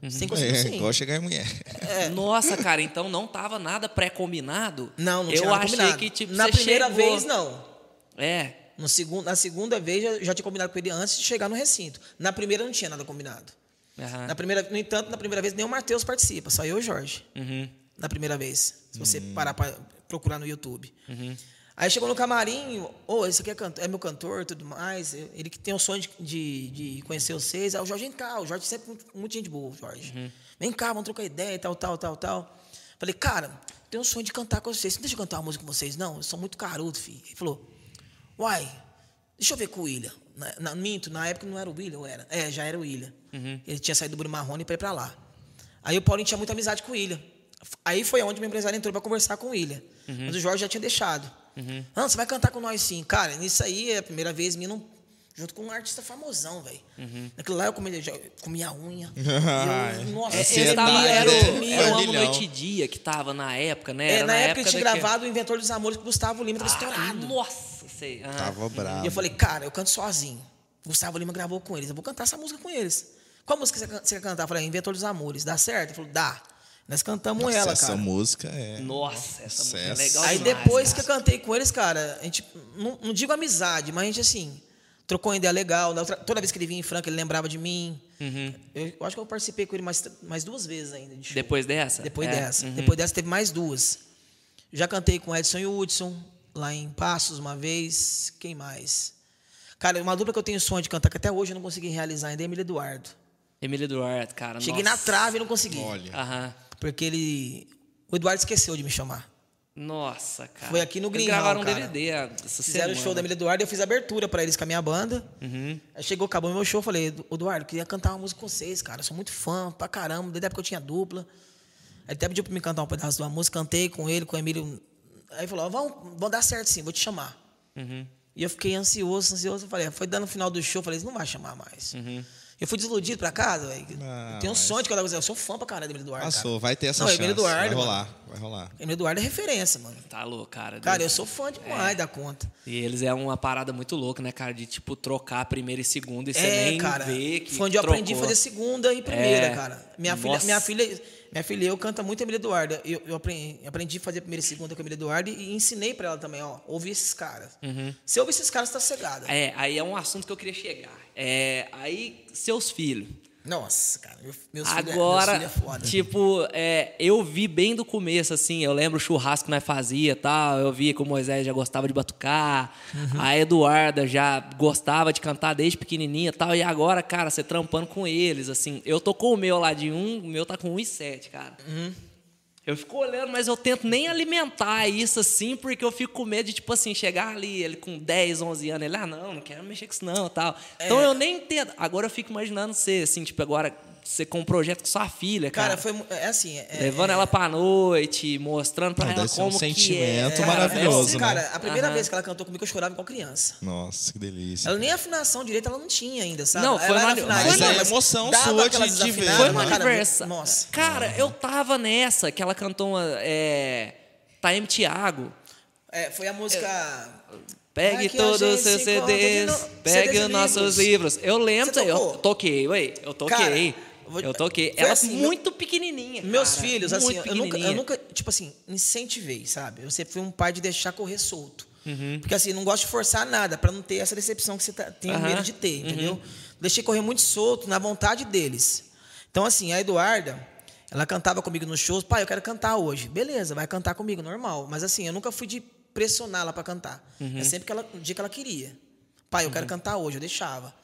Você tem que conseguir É, sim. igual chegar em mulher. Nossa, cara, então não tava nada pré-combinado? Não, não Eu tinha nada achei combinado. que, tipo, Na você primeira chegou... vez, não. É. No segundo, na segunda vez, já, já tinha combinado com ele antes de chegar no recinto. Na primeira, não tinha nada combinado. Aham. Na primeira, no entanto, na primeira vez, nem o Matheus participa, só eu e o Jorge. Uhum. Na primeira vez. Se você parar para procurar no YouTube. Uhum. Aí chegou no camarim, ô, oh, esse aqui é, cantor, é meu cantor e tudo mais. Ele que tem o sonho de, de, de conhecer vocês. Aí o Jorge, vem cá, o Jorge sempre muito, muito gente boa, o Jorge. Uhum. Vem cá, vamos trocar ideia e tal, tal, tal, tal. Falei, cara, tenho um sonho de cantar com vocês. Você não deixa eu cantar uma música com vocês, não? Eu sou muito carudo, filho. Ele falou, uai, deixa eu ver com o William. Na, na, minto, na época não era o William, ou era? É, já era o William. Uhum. Ele tinha saído do Bruno Marrone para ir para lá. Aí o Paulinho tinha muita amizade com o William. Aí foi onde o meu empresário entrou para conversar com o William. Uhum. Mas o Jorge já tinha deixado. Uhum. Ah, você vai cantar com nós sim. Cara, nisso aí é a primeira vez minha não, junto com um artista famosão, velho. Uhum. Naquilo lá eu comia, já, comia a unha. eu, nossa, É, você tava, comia, era, eu o, comia. era o Amo Familhão. Noite e Dia que tava na época, né? É, Era na, na época ele tinha daqui- gravado o Inventor dos Amores que o Gustavo Lima estava Ah, estourado. nossa, sei. Aham. Tava bravo. E eu falei, cara, eu canto sozinho. O Gustavo Lima gravou com eles, eu vou cantar essa música com eles. Qual música você, can- você quer cantar? Eu falei, Inventor dos Amores. Dá certo? Ele falou, dá. Nós cantamos Nossa, ela, essa cara. música é... Nossa, essa música é Sucesso. legal Aí demais, depois cara. que eu cantei com eles, cara, a gente, não, não digo amizade, mas a gente, assim, trocou uma ideia legal. Na outra- toda vez que ele vinha em Franca, ele lembrava de mim. Uhum. Eu, eu acho que eu participei com ele mais, mais duas vezes ainda. De show. Depois dessa? Depois É, dessa. uhum. Depois dessa teve mais duas. Já cantei com Edson e Hudson, lá em Passos uma vez. Quem mais? Cara, uma dupla que eu tenho sonho de cantar, que até hoje eu não consegui realizar ainda, é Emília Eduardo. Emílio Duarte, cara. Cheguei nossa. na trave e não consegui. Olha. Aham. Porque ele... O Eduardo esqueceu de me chamar. Nossa, cara. Foi aqui no Eles Green gravaram Hall, um cara. D V D essa Fizeram o semana. show da Emília Eduardo e eu fiz a abertura pra eles com a minha banda. Uhum. Aí chegou, acabou o meu show, eu falei, Eduardo, queria cantar uma música com vocês, cara. Eu sou muito fã, pra caramba, desde a época que eu tinha dupla. Aí ele até pediu pra me cantar um pedaço de uma música, cantei com ele, com o Emílio. Aí ele falou, vamos, vamos dar certo sim, vou te chamar. Uhum. E eu fiquei ansioso, ansioso. Eu falei, foi dando no final do show, eu falei, não vai chamar mais. Uhum. Eu fui desiludido pra casa, velho. Ah, Eu tenho um mas- sonho de cantar com vocês. Eu sou fã pra caralho do Emílio Eduardo. Passou, cara. vai ter essa Não, chance. Emílio Eduardo, vai mano. rolar, vai rolar. Emílio Eduardo é referência, mano. Tá louco, cara. Cara, eu Deus. sou fã demais da conta. E eles é uma parada muito louca, né, cara? De, tipo, trocar a primeira e segunda e você É, nem cara. vê que Foi onde eu trocou. aprendi a fazer segunda e primeira, É. cara. Minha filha, Nossa. minha filha, minha filha, eu canta muito Emília Eduardo. Eu, eu aprendi, aprendi a fazer primeira e segunda com Emília Eduardo e ensinei pra ela também, ó. Ouve esses caras. Se ouvir esses caras, tá cegada. É, aí é um assunto que eu queria chegar. É, aí, seus filhos. Nossa, cara. Meu, meus filhos é- Agora, meus filhos é foda. tipo, é, eu vi bem do começo, assim, eu lembro o churrasco que nós fazia e tal, eu vi que o Moisés já gostava de batucar, Uhum. a Eduarda já gostava de cantar desde pequenininha e tal, e agora, cara, você trampando com eles, assim, eu tô com o meu lá de um, o meu tá com um e sete, cara. Uhum. Eu fico olhando, mas eu tento nem alimentar isso, assim, porque eu fico com medo de, tipo assim, chegar ali, ele com dez, onze anos, ele, ah, não, não quero mexer com isso não, tal. Então É. eu nem entendo. Agora eu fico imaginando você, assim, tipo, agora você com um projeto com sua filha, cara. Cara, foi mu- é assim, é, Levando é, ela pra noite, mostrando pra Não, ela deve ser um como que é. sentimento cara, maravilhoso, é, né? Cara, a primeira Aham. vez que ela cantou comigo, eu chorava igual criança. Nossa, que delícia. Ela nem a afinação direita ela não tinha ainda, sabe? Não, foi ela no era ani- afinada, mas não, é emoção dava sua aquelas de- de ver, desafinadas, Foi né? no mas, cara, aniversário. Nossa. Cara, eu tava nessa, que ela cantou uma. É, Taime Thiago. É, foi a música... Pegue Aqui a todos os gente seus se encontra de C Ds, no- pegue C Ds e os nossos livros. livros. Eu lembro, Você eu tocou? toquei, ué, eu toquei. Cara, eu vou- eu toquei. foi Ela assim, muito pequenininha. Meus cara, filhos, assim, muito eu nunca, eu pequenininha. nunca, tipo assim, incentivei, sabe? Eu sempre fui um pai de deixar correr solto. Uhum. Porque assim, não gosto de forçar nada, pra não ter essa decepção que você tá, tem Aham. medo de ter, Uhum. entendeu? Deixei correr muito solto, na vontade deles. Então, assim, a Eduarda, ela cantava comigo nos shows, pai, eu quero cantar hoje. Beleza, vai cantar comigo, normal. Mas assim, eu nunca fui de pressioná-la pra cantar. Uhum. É sempre que ela, o dia que ela queria. Pai, eu quero cantar hoje, eu deixava.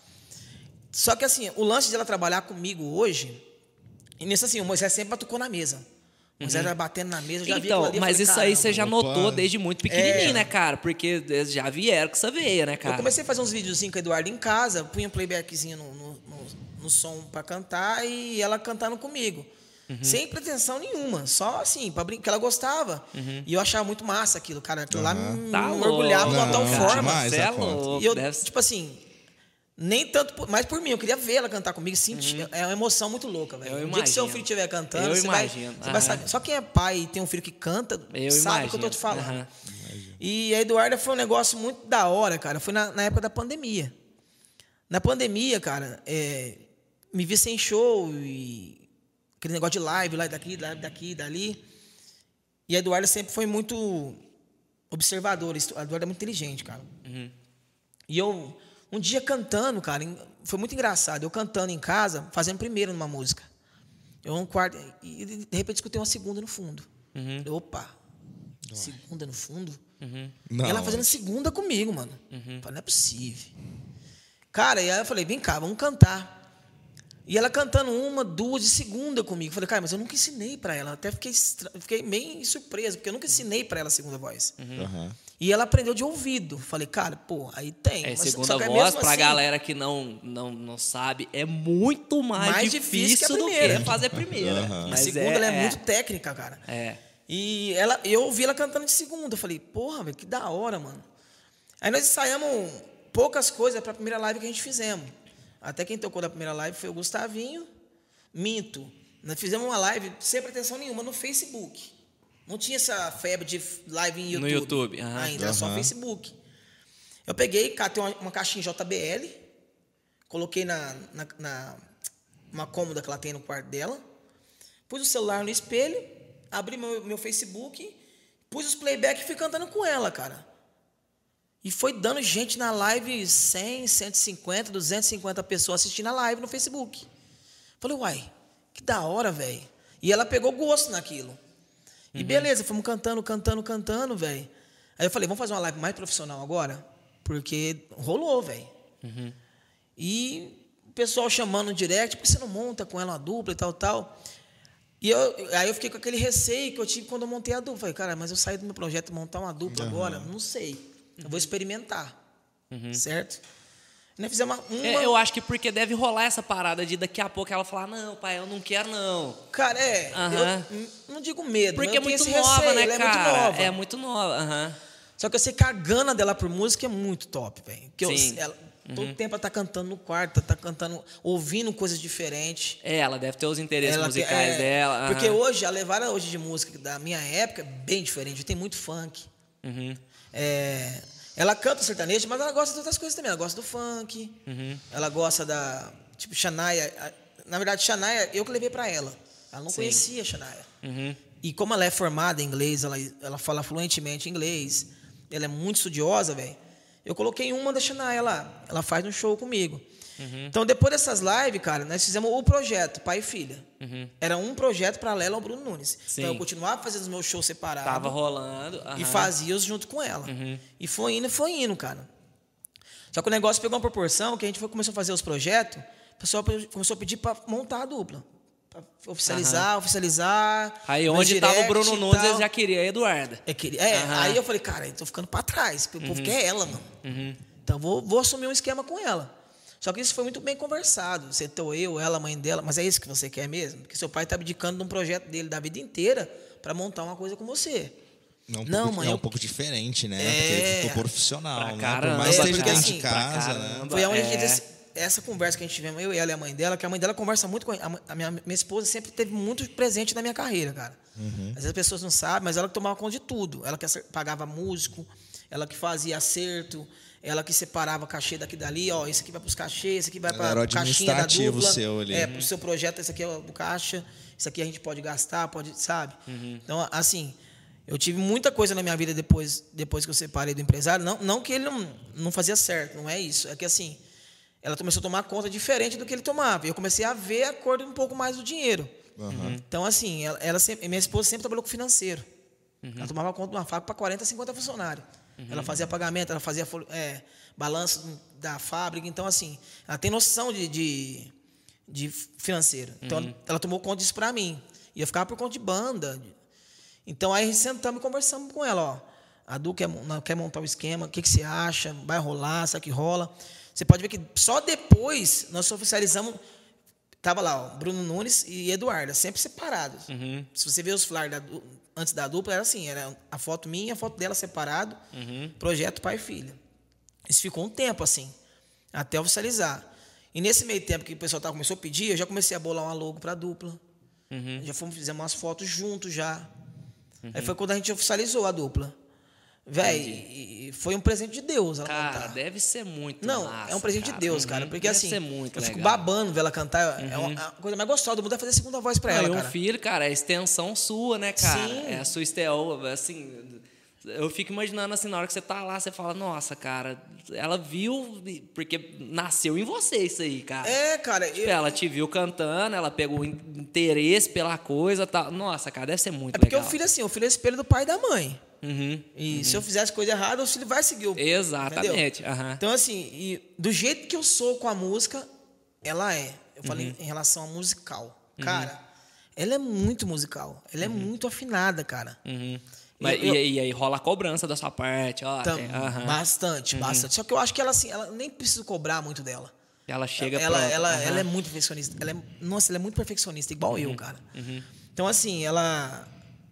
Só que assim, o lance de ela trabalhar comigo hoje, e nisso assim, o Moisés sempre batucou na mesa. O Moisés vai batendo na mesa, eu já vi aquilo Então, ali, eu mas falei, isso aí "Caramba". você já opa. notou desde muito pequenininho, É. né, cara? Porque eles já vieram com essa veia, né, cara? Eu comecei a fazer uns videozinhos com a Eduardo em casa, punha um playbackzinho no, no, no, no som pra cantar e ela cantando comigo. Uhum. Sem pretensão nenhuma, só assim, pra brincar, que ela gostava. E eu achava muito massa aquilo, cara. Aquilo lá me, Tá me louco. orgulhava de uma Não, tal cara, forma. demais. Você é a conta. louco. E eu, deve ser- tipo assim, nem tanto, por, mais por mim, eu queria ver ela cantar comigo, sentir. É uma emoção muito louca, velho. Eu O dia que seu imagino. filho estiver cantando, Eu você, imagino. vai, você vai Aham. saber. Só quem é pai e tem um filho que canta, Eu sabe o que eu tô imagino. te falando. Aham. E a Eduarda foi um negócio muito da hora, cara. Foi na, na época da pandemia. Na pandemia, cara, é, me vi sem show e aquele negócio de live, live daqui, live daqui, dali. E a Eduarda sempre foi muito observadora. A Eduarda é muito inteligente, cara. Uhum. E eu, um dia cantando, cara, foi muito engraçado. Eu cantando em casa, fazendo primeiro numa música. Eu um quarto, e de repente escutei uma segunda no fundo. Uhum. Eu, opa, segunda no fundo? Uhum. E ela fazendo segunda comigo, mano. Uhum. Falei, não é possível. Cara, e aí eu falei, vem cá, vamos cantar. E ela cantando uma, duas de segunda comigo. Falei, cara, mas eu nunca ensinei pra ela. Até fiquei, fiquei meio surpreso, porque eu nunca ensinei pra ela a segunda voz. Uhum. E ela aprendeu de ouvido. Falei, cara, pô, aí tem. É, mas, segunda só que voz, mesmo pra assim, galera que não, não, não sabe, é muito mais, Mais difícil, difícil que a do primeira. que fazer a primeira. Uhum. A Mas segunda é, ela é, é muito técnica, cara. É. E ela, eu ouvi ela cantando de segunda. Eu falei, porra, velho, que da hora, mano. Aí nós ensaiamos poucas coisas pra primeira live que a gente fizemos. Até quem tocou da primeira live foi o Gustavinho. Minto. Nós fizemos uma live sem pretensão nenhuma no Facebook. Não tinha essa febre de live em YouTube. No YouTube, aham. Ainda, era só Aham. Facebook. Eu peguei, catei uma, uma caixinha J B L, coloquei na, na, na uma cômoda que ela tem no quarto dela, pus o celular no espelho, abri meu, meu Facebook, pus os playback e fui cantando com ela, cara. E foi dando gente na live, cem, cento e cinquenta, duzentas e cinquenta pessoas assistindo a live no Facebook. Falei, uai, que da hora, velho. E ela pegou gosto naquilo. E beleza, fomos cantando, cantando, cantando, velho. Aí eu falei, vamos fazer uma live mais profissional agora? Porque rolou, velho. Uhum. E o pessoal chamando no direct, por que você não monta com ela uma dupla e tal, tal. E eu, aí eu fiquei com aquele receio que eu tive quando eu montei a dupla. Falei, cara, mas eu saí do meu projeto montar uma dupla Uhum. agora? Não sei. Eu vou experimentar. Uhum. Certo? E nós fizemos uma... É, eu acho que porque deve rolar essa parada de daqui a pouco ela falar, não, pai, eu não quero, não. Cara, é... Aham. Eu não digo medo, Porque mas é eu tenho muito esse nova, receio, né, ela cara? é muito nova. É muito nova, aham. Só que eu sei que a gana dela por música é muito top, velho. Porque eu- Sim. ela, todo tempo ela tá cantando no quarto, tá cantando, ouvindo coisas diferentes. É, ela deve ter os interesses Ela musicais tem- é, dela. Porque aham. hoje, a levada hoje de música da minha época é bem diferente. Tem muito funk. Uhum. É, ela canta sertanejo, mas ela gosta de outras coisas também. Ela gosta do funk. Uhum. Ela gosta da... Tipo, Xanaia. a- Na verdade, Xanaia, eu que levei pra ela. Ela não Sim. conhecia Xanaia. Uhum. E como ela é formada em inglês, ela, ela fala fluentemente inglês, ela é muito estudiosa, velho. Eu coloquei uma da Xanaia lá. Ela faz um show comigo. Uhum. Então, depois dessas lives, cara, nós fizemos o projeto, pai e filha. Uhum. Era um projeto paralelo ao Bruno Nunes. Sim. Então, eu continuava fazendo os meus shows separados. Tava rolando. E aham. fazia-os junto com ela. Uhum. E foi indo, e foi indo, cara. Só que o negócio pegou uma proporção que a gente foi, começou a fazer os projetos, o pessoal começou a pedir para montar a dupla. Pra oficializar, oficializar. Aí no onde tava o direct Bruno e Nunes, tal. eles já queria a Eduarda. É, que- é, Aham. aí eu falei, cara, eu tô ficando para trás, porque o povo quer ela, mano. Uhum. Então, vou, vou assumir um esquema com ela. Só que isso foi muito bem conversado. Sentou eu, ela, a mãe dela. Mas é isso que você quer mesmo? Porque seu pai está abdicando de um projeto dele da vida inteira para montar uma coisa com você. Não, um Não, pouco, mãe, é um eu- pouco diferente, né? É. Porque ficou profissional, Pra né? caramba, Por mais que é, esteja porque dentro assim, de pra casa, né? caramba. Foi onde É. a gente disse- essa conversa que a gente tivemos, eu e ela e a mãe dela, que a mãe dela conversa muito com a, a minha, minha esposa sempre teve muito presente na minha carreira, cara. Às vezes as pessoas não sabem, mas ela que tomava conta de tudo. Ela que acer- pagava músico, ela que fazia acerto, ela que separava cachê daqui e dali, ó, esse aqui vai para os cachês, esse aqui vai Ela para era o a caixinha da administrativo dupla. seu ali. É, pro seu projeto, esse aqui é o do caixa, isso aqui a gente pode gastar, pode, sabe? Então, assim, eu tive muita coisa na minha vida depois, depois que eu separei do empresário. Não, não que ele não, não fazia certo, não é isso. É que, assim, ela começou a tomar conta diferente do que ele tomava. E eu comecei a ver a cor de um pouco mais do dinheiro. Uhum. Então, assim, ela, ela sempre, minha esposa sempre trabalhou com financeiro. Ela tomava conta de uma fábrica para quarenta, cinquenta funcionários. Ela fazia pagamento, ela fazia é, balanço da fábrica. Então, assim, ela tem noção de, de, de financeiro. Então, ela tomou conta disso para mim. E eu ficava por conta de banda. Então, aí a gente sentamos e conversamos com ela. Ó, a Du quer, quer montar o esquema, o que, que você acha? Vai rolar? Será que rola? Você pode ver que só depois nós oficializamos. Tava lá, ó, Bruno Nunes e Eduarda, sempre separados. Uhum. Se você ver os flyers da du- antes da dupla, era assim, era a foto minha e a foto dela separado, Uhum. projeto pai e filha. Isso ficou um tempo assim, até oficializar. E nesse meio tempo que o pessoal tava, começou a pedir, eu já comecei a bolar uma logo para a dupla. Uhum. Já fomos, fizemos umas fotos juntos já. Aí foi quando a gente oficializou a dupla. Véi, foi um presente de Deus ela Cara, cantar. deve ser muito Não, massa, é um presente cara. de Deus, Uhum. cara. Porque deve assim, ser muito eu legal. fico babando ver ela cantar. Uhum. É uma, a coisa mais gostosa do mundo é fazer a segunda voz pra Não, ela, e um cara. filho, cara, é a extensão sua, né, cara? Sim. É a sua estel, assim... Eu fico imaginando assim, na hora que você tá lá, você fala, nossa, cara, ela viu, porque nasceu em você isso aí, cara. É, cara. Tipo, Eu, ela te viu cantando, ela pegou interesse pela coisa, tá. Nossa, cara, deve ser muito é porque legal. o filho, assim, o filho é espelho do pai e da mãe. Uhum, E uhum. se eu fizesse coisa errada, o filho vai seguir o. Exatamente. Uhum. Então, assim, e do jeito que eu sou com a música, ela é. Eu falei uhum. em relação ao musical. Cara, uhum. ela é muito musical. Ela é uhum. muito afinada, cara. Uhum. Mas, eu, e, e aí rola a cobrança da sua parte, ó. Tam, tem, uh-huh. Bastante, uhum. bastante. Só que eu acho que ela, assim, ela nem precisa cobrar muito dela. Ela chega ela, pronta. ela, uh-huh. ela é muito perfeccionista. Ela é, nossa, ela é muito perfeccionista, igual uhum. eu, cara. Uhum. Então, assim, ela...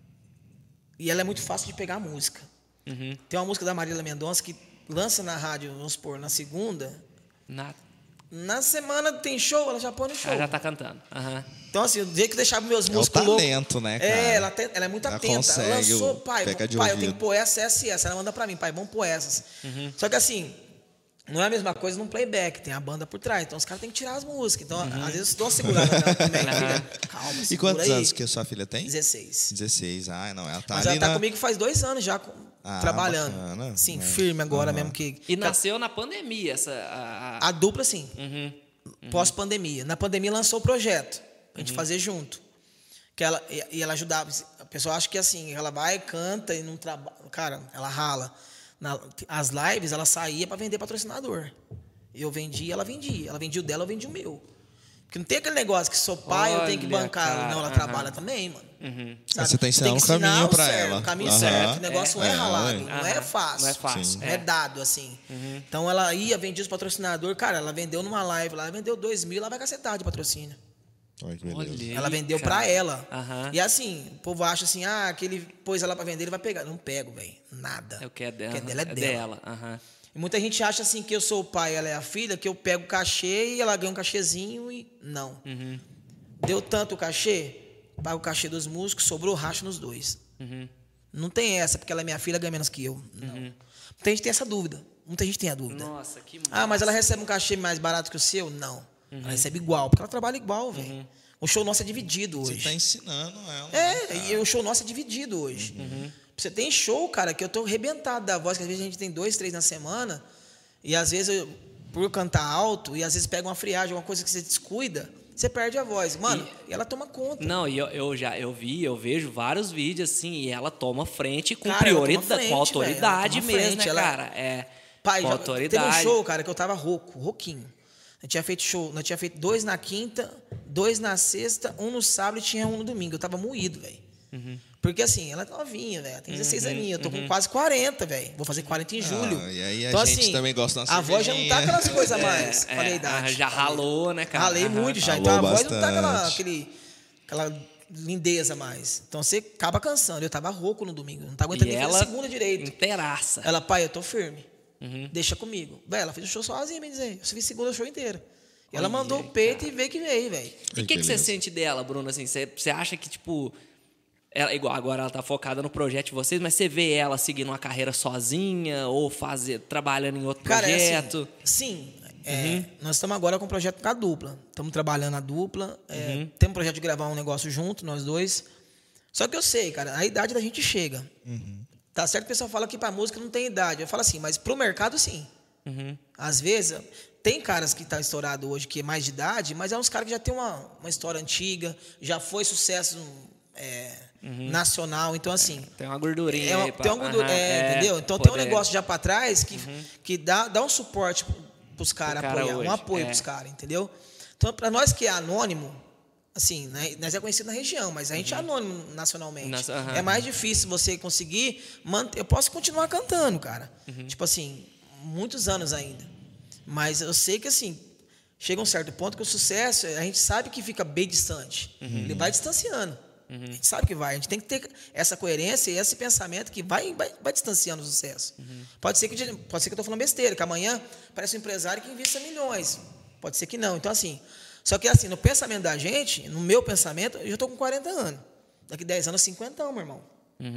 E ela é muito fácil de pegar a música. Uhum. Tem uma música da Marília Mendonça que lança na rádio, vamos supor, na segunda. Na, na semana tem show, ela já põe no show. Ela já tá cantando. Uhum. Então, assim, o dia que eu deixava meus é músicos loucos... É o talento, né, cara? É, ela, tem, ela é muito ela atenta. Consegue, ela lançou, pai, pai eu tenho que pôr essa, essa e essa. Ela manda pra mim, pai, vamos pôr essas. Uhum. Só que, assim, não é a mesma coisa num playback, tem a banda por trás. Então, os caras têm que tirar as músicas. Então, uhum. às vezes, eu dou uma segurada nela também. Filha, calma, e quantos aí. anos que a sua filha tem? dezesseis. dezesseis, ah, não, ela tá Mas ali ela tá na... comigo faz dois anos já, ah, trabalhando. Bacana. Sim, é. firme agora uhum. mesmo. Que... E nasceu na pandemia essa... A, a... a dupla, sim. Uhum. Uhum. Pós-pandemia. Na pandemia lançou o projeto pra gente uhum. fazer junto. Que ela, e ela ajudava. A pessoa acha que assim, ela vai, canta e não trabalha. Cara, ela rala. Na, as lives, ela saía para vender patrocinador. Eu vendia, ela vendia. Ela vendia o dela, eu vendia o meu. Porque não tem aquele negócio que sou pai, Olha, eu tenho que bancar. Cara, não, ela uh-huh. trabalha também, mano. Uhum. Você está ensinando um caminho para ela. O caminho uhum. certo. O negócio é, não é ralado. Uhum. Não é fácil. Não é fácil. Não é dado, assim. Uhum. Então, ela ia, vendia os patrocinadores. Cara, ela vendeu numa live lá, vendeu dois mil, ela vai cacetar de patrocínio. Olha que beleza. Ela vendeu para ela. Uhum. E assim, o povo acha assim, ah, que ele pôs ela para vender, ele vai pegar. Não pego, velho. Nada. É o que é dela. O que é dela é, é dela. dela. Uhum. E muita gente acha assim que eu sou o pai, ela é a filha, que eu pego o cachê e ela ganha um cachezinho e... Não. Uhum. Deu tanto o cachê, pago o cachê dos músicos, sobrou racha nos dois. Uhum. Não tem essa, porque ela é minha filha, ganha menos que eu. Não. Uhum. Muita gente tem essa dúvida. Muita gente tem a dúvida. Nossa, que massa. Ah, mas ela recebe um cachê mais barato que o seu? Não. Uhum. Ela recebe igual, porque ela trabalha igual, velho. Uhum. O show nosso é dividido hoje. Você está ensinando ela. É, né, e o show nosso é dividido hoje. Uhum. Você tem show, cara, que eu tô arrebentado da voz, que às vezes a gente tem dois, três na semana, e às vezes, eu, por cantar alto, e às vezes pega uma friagem, uma coisa que você descuida, você perde a voz. Mano, e, e ela toma conta. Não, e eu, eu já eu vi, eu vejo vários vídeos assim, e ela toma frente com cara, prioridade, frente, com autoridade véio, mesmo, né, ela... cara? É, Pai, com já, autoridade. Teve um show, cara, que eu tava rouco, rouquinho. Eu tinha feito show, nós tinha feito dois na quinta, dois na sexta, um no sábado e tinha um no domingo. Eu tava moído, velho. Uhum. Porque assim, ela é novinha, velho. Tem dezesseis uhum, aninhos. Eu tô uhum. com quase quarenta, velho. Vou fazer quarenta em julho. Ah, e aí a então, gente assim, também gosta da a voz já não tá aquelas coisas mais. É, falei é, idade. Já ralou, né, cara? Ralei uhum. muito já. Ralou então a bastante. voz não tá aquela, aquele, aquela lindeza mais. Então você acaba cansando. Eu tava rouco no domingo. Não tá aguentando e nem fazer segunda direito. Inteiraça. Ela, pai, eu tô firme. Uhum. Deixa comigo. Véi, ela fez o show sozinha, bem dizer. Eu fiz segunda show inteiro. E ela mandou o peito cara. E veio que veio, velho. E o que, que você sente dela, Bruno? Assim, você, você acha que, tipo... Ela, igual, agora ela tá focada no projeto de vocês, mas você vê ela seguindo uma carreira sozinha ou fazer, trabalhando em outro cara, projeto? É assim, sim. É, uhum. Nós estamos agora com um projeto com a dupla. Estamos trabalhando a dupla. É, uhum. Temos um projeto de gravar um negócio junto, nós dois. Só que eu sei, cara, a idade da gente chega. Uhum. Tá certo que o pessoal fala que pra música não tem idade. Eu falo assim, mas pro mercado, sim. Uhum. Às vezes... Tem caras que estão tá estourados hoje que é mais de idade, mas é uns caras que já tem uma, uma história antiga, já foi sucesso é, uhum. nacional. Então, assim. É, tem uma gordurinha. É uma, aí pra... tem uma gordura, uhum, é, é, entendeu? Então poder. tem um negócio já para trás que, uhum. que dá, dá um suporte pros caras cara apoiar, hoje. um apoio é. pros caras, entendeu? Então, para nós que é anônimo, assim, né, nós é conhecido na região, mas a gente uhum. é anônimo nacionalmente. Nas, uhum. É mais difícil você conseguir manter. Eu posso continuar cantando, cara. Uhum. Tipo assim, muitos anos ainda. Mas eu sei que, assim, chega um certo ponto que o sucesso, a gente sabe que fica bem distante. Uhum. Ele vai distanciando. Uhum. A gente sabe que vai. A gente tem que ter essa coerência e esse pensamento que vai, vai, vai distanciando o sucesso. Uhum. Pode ser que pode ser que eu estou falando besteira, que amanhã parece um empresário que invista milhões. Pode ser que não. Então, assim, só que assim, no pensamento da gente, no meu pensamento, eu já estou com quarenta anos. Daqui dez anos, cinquenta, meu irmão. Uhum.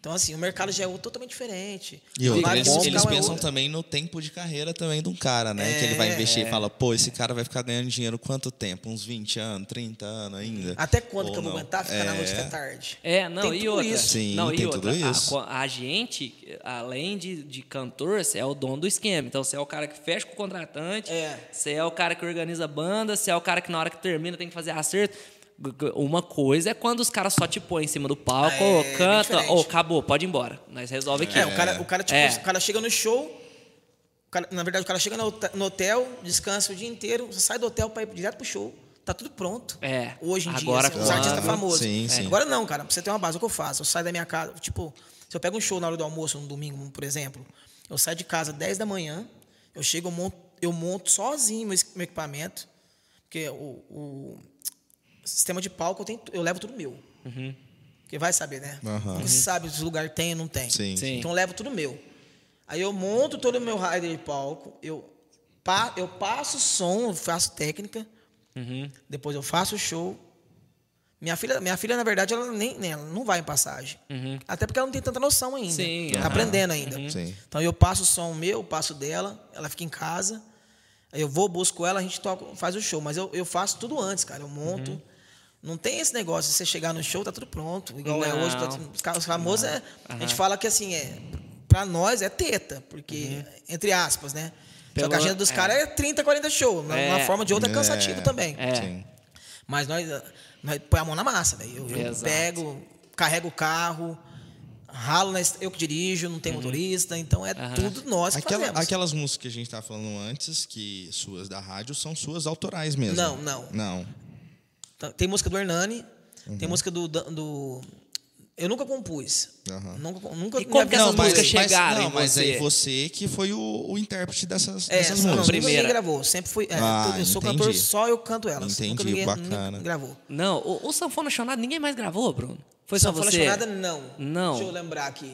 Então, assim, o mercado já é totalmente diferente. E outra, Live eles, musical eles é pensam outra. também no tempo de carreira também de um cara, né? É, que ele vai investir é. e fala, pô, esse cara vai ficar ganhando dinheiro quanto tempo? Uns vinte anos, trinta anos ainda? Até quando Ou que eu vou não? aguentar ficar na É. noite até tarde? É, não, Tem e tudo outra. isso. Sim, não, e tem outra. tudo isso. A, a gente, além de, de cantor, você é o dono do esquema. Então, você é o cara que fecha com o contratante, É. você é o cara que organiza a banda, você é o cara que na hora que termina tem que fazer acerto. Uma coisa é quando os caras só te põem em cima do palco, É, ô, bem canta, diferente. ou acabou, pode ir embora. Nós resolve aqui. É, o cara, o cara, tipo, É. o cara chega no show, o cara- na verdade, o cara chega no, hote- no hotel, descansa o dia inteiro, você sai do hotel pra ir direto pro show, tá tudo pronto. É. Hoje em Agora, dia, assim, os quando- artistas famosos. Sim, É. sim. Agora não, cara, pra você ter uma base, o que eu faço? Eu saio da minha casa, tipo, se eu pego um show na hora do almoço, um domingo, por exemplo, eu saio de casa dez da manhã, eu chego, eu monto, eu monto sozinho meu, es- meu equipamento, porque o, o sistema de palco eu, tenho, eu levo tudo meu. Porque vai saber, né? Aham. Nunca se sabe se o lugar tem ou não tem. Sim. Sim. Então eu levo tudo meu. Aí eu monto todo o meu rider de palco, eu, pa, eu passo som, eu faço técnica, depois eu faço o show. Minha filha, minha filha, na verdade, ela nem, nem ela não vai em passagem. Até porque ela não tem tanta noção ainda. Sim, Tá aham. aprendendo ainda. Sim. Então eu passo o som meu, passo dela, ela fica em casa. Aí eu vou, busco ela, a gente toca, faz o show. Mas eu, eu faço tudo antes, cara. Eu monto. Não tem esse negócio de você chegar no show, tá tudo pronto. Igual é Não. hoje, tá, os caras famosos, é, a gente fala que assim, é, pra nós é teta, porque, entre aspas, né? Só Pelo- que a agenda dos é. caras é trinta, quarenta shows. Na- É. Uma forma de outra é cansativo É. também. É. Sim. Mas nós, nós põe a mão na massa, velho. Eu, eu Exato. pego, carrego o carro, ralo, na, est- eu que dirijo, não tem motorista, então é tudo nós que Aquela- fazemos. aquelas músicas que a gente estava falando antes, que suas da rádio, são suas autorais mesmo. Não, não. Não. Tá, tem música do Hernani, tem música do, do... Eu nunca compus. Aham. Nunca, nunca E como que minha essas vida músicas foi- chegaram não, em mas você? aí você que foi o, o intérprete dessas, É, dessas não, músicas. nunca Primeira. ninguém gravou. Sempre fui. é, Ah, eu sou entendi. cantor, só eu canto elas. Entendi, nunca ninguém, bacana. ninguém gravou. Não, o, o Sanfona Chonada ninguém mais gravou, Bruno. Foi só Sanfona você? Chonada, não. Não. Deixa eu lembrar aqui.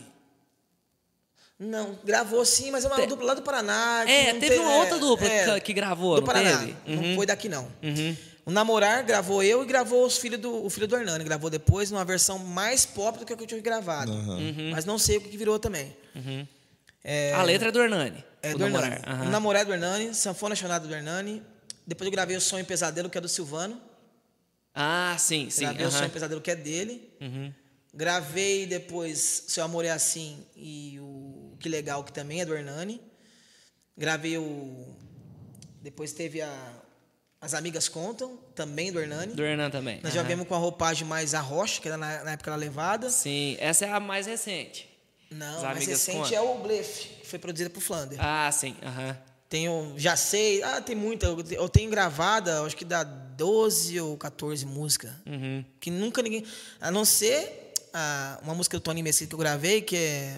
Não, gravou sim, mas é uma Te- dupla lá do Paraná. que É, não teve tem- uma outra dupla é, que, que gravou, do não Paraná. teve? Não Uhum. foi daqui, não. O Namorar gravou eu e gravou os filhos do, o filho do Hernani. Gravou depois numa versão mais pop do que o que eu tinha gravado. Uhum. Mas não sei o que que virou também. É, A letra é do Hernani. é o do Namorar. Hernani. Aham. O Namorar é do Hernani, Sanfona Chonada do Hernani. Depois eu gravei o Sonho Pesadelo, que é do Silvano. Ah, sim, sim. Gravei o aham. Sonho Pesadelo, que é dele. Gravei depois Seu Amor é Assim e o Que Legal, que também é do Hernani. Gravei o... Depois teve a... As Amigas Contam, também do Hernani. Do Hernan também. Nós já aham. viemos com a roupagem mais arrocha, que era na, na época da levada. Sim, essa é a mais recente. Não, As a mais Amigas recente Contam. é o Blefe, que foi produzida por Flander. Ah, sim. Aham. Tenho, já sei, ah, tem muita. Eu, eu tenho gravada, acho que dá doze ou quatorze músicas. Uhum. Que nunca ninguém. A não ser ah, uma música do Tony Mesquita que eu gravei, que é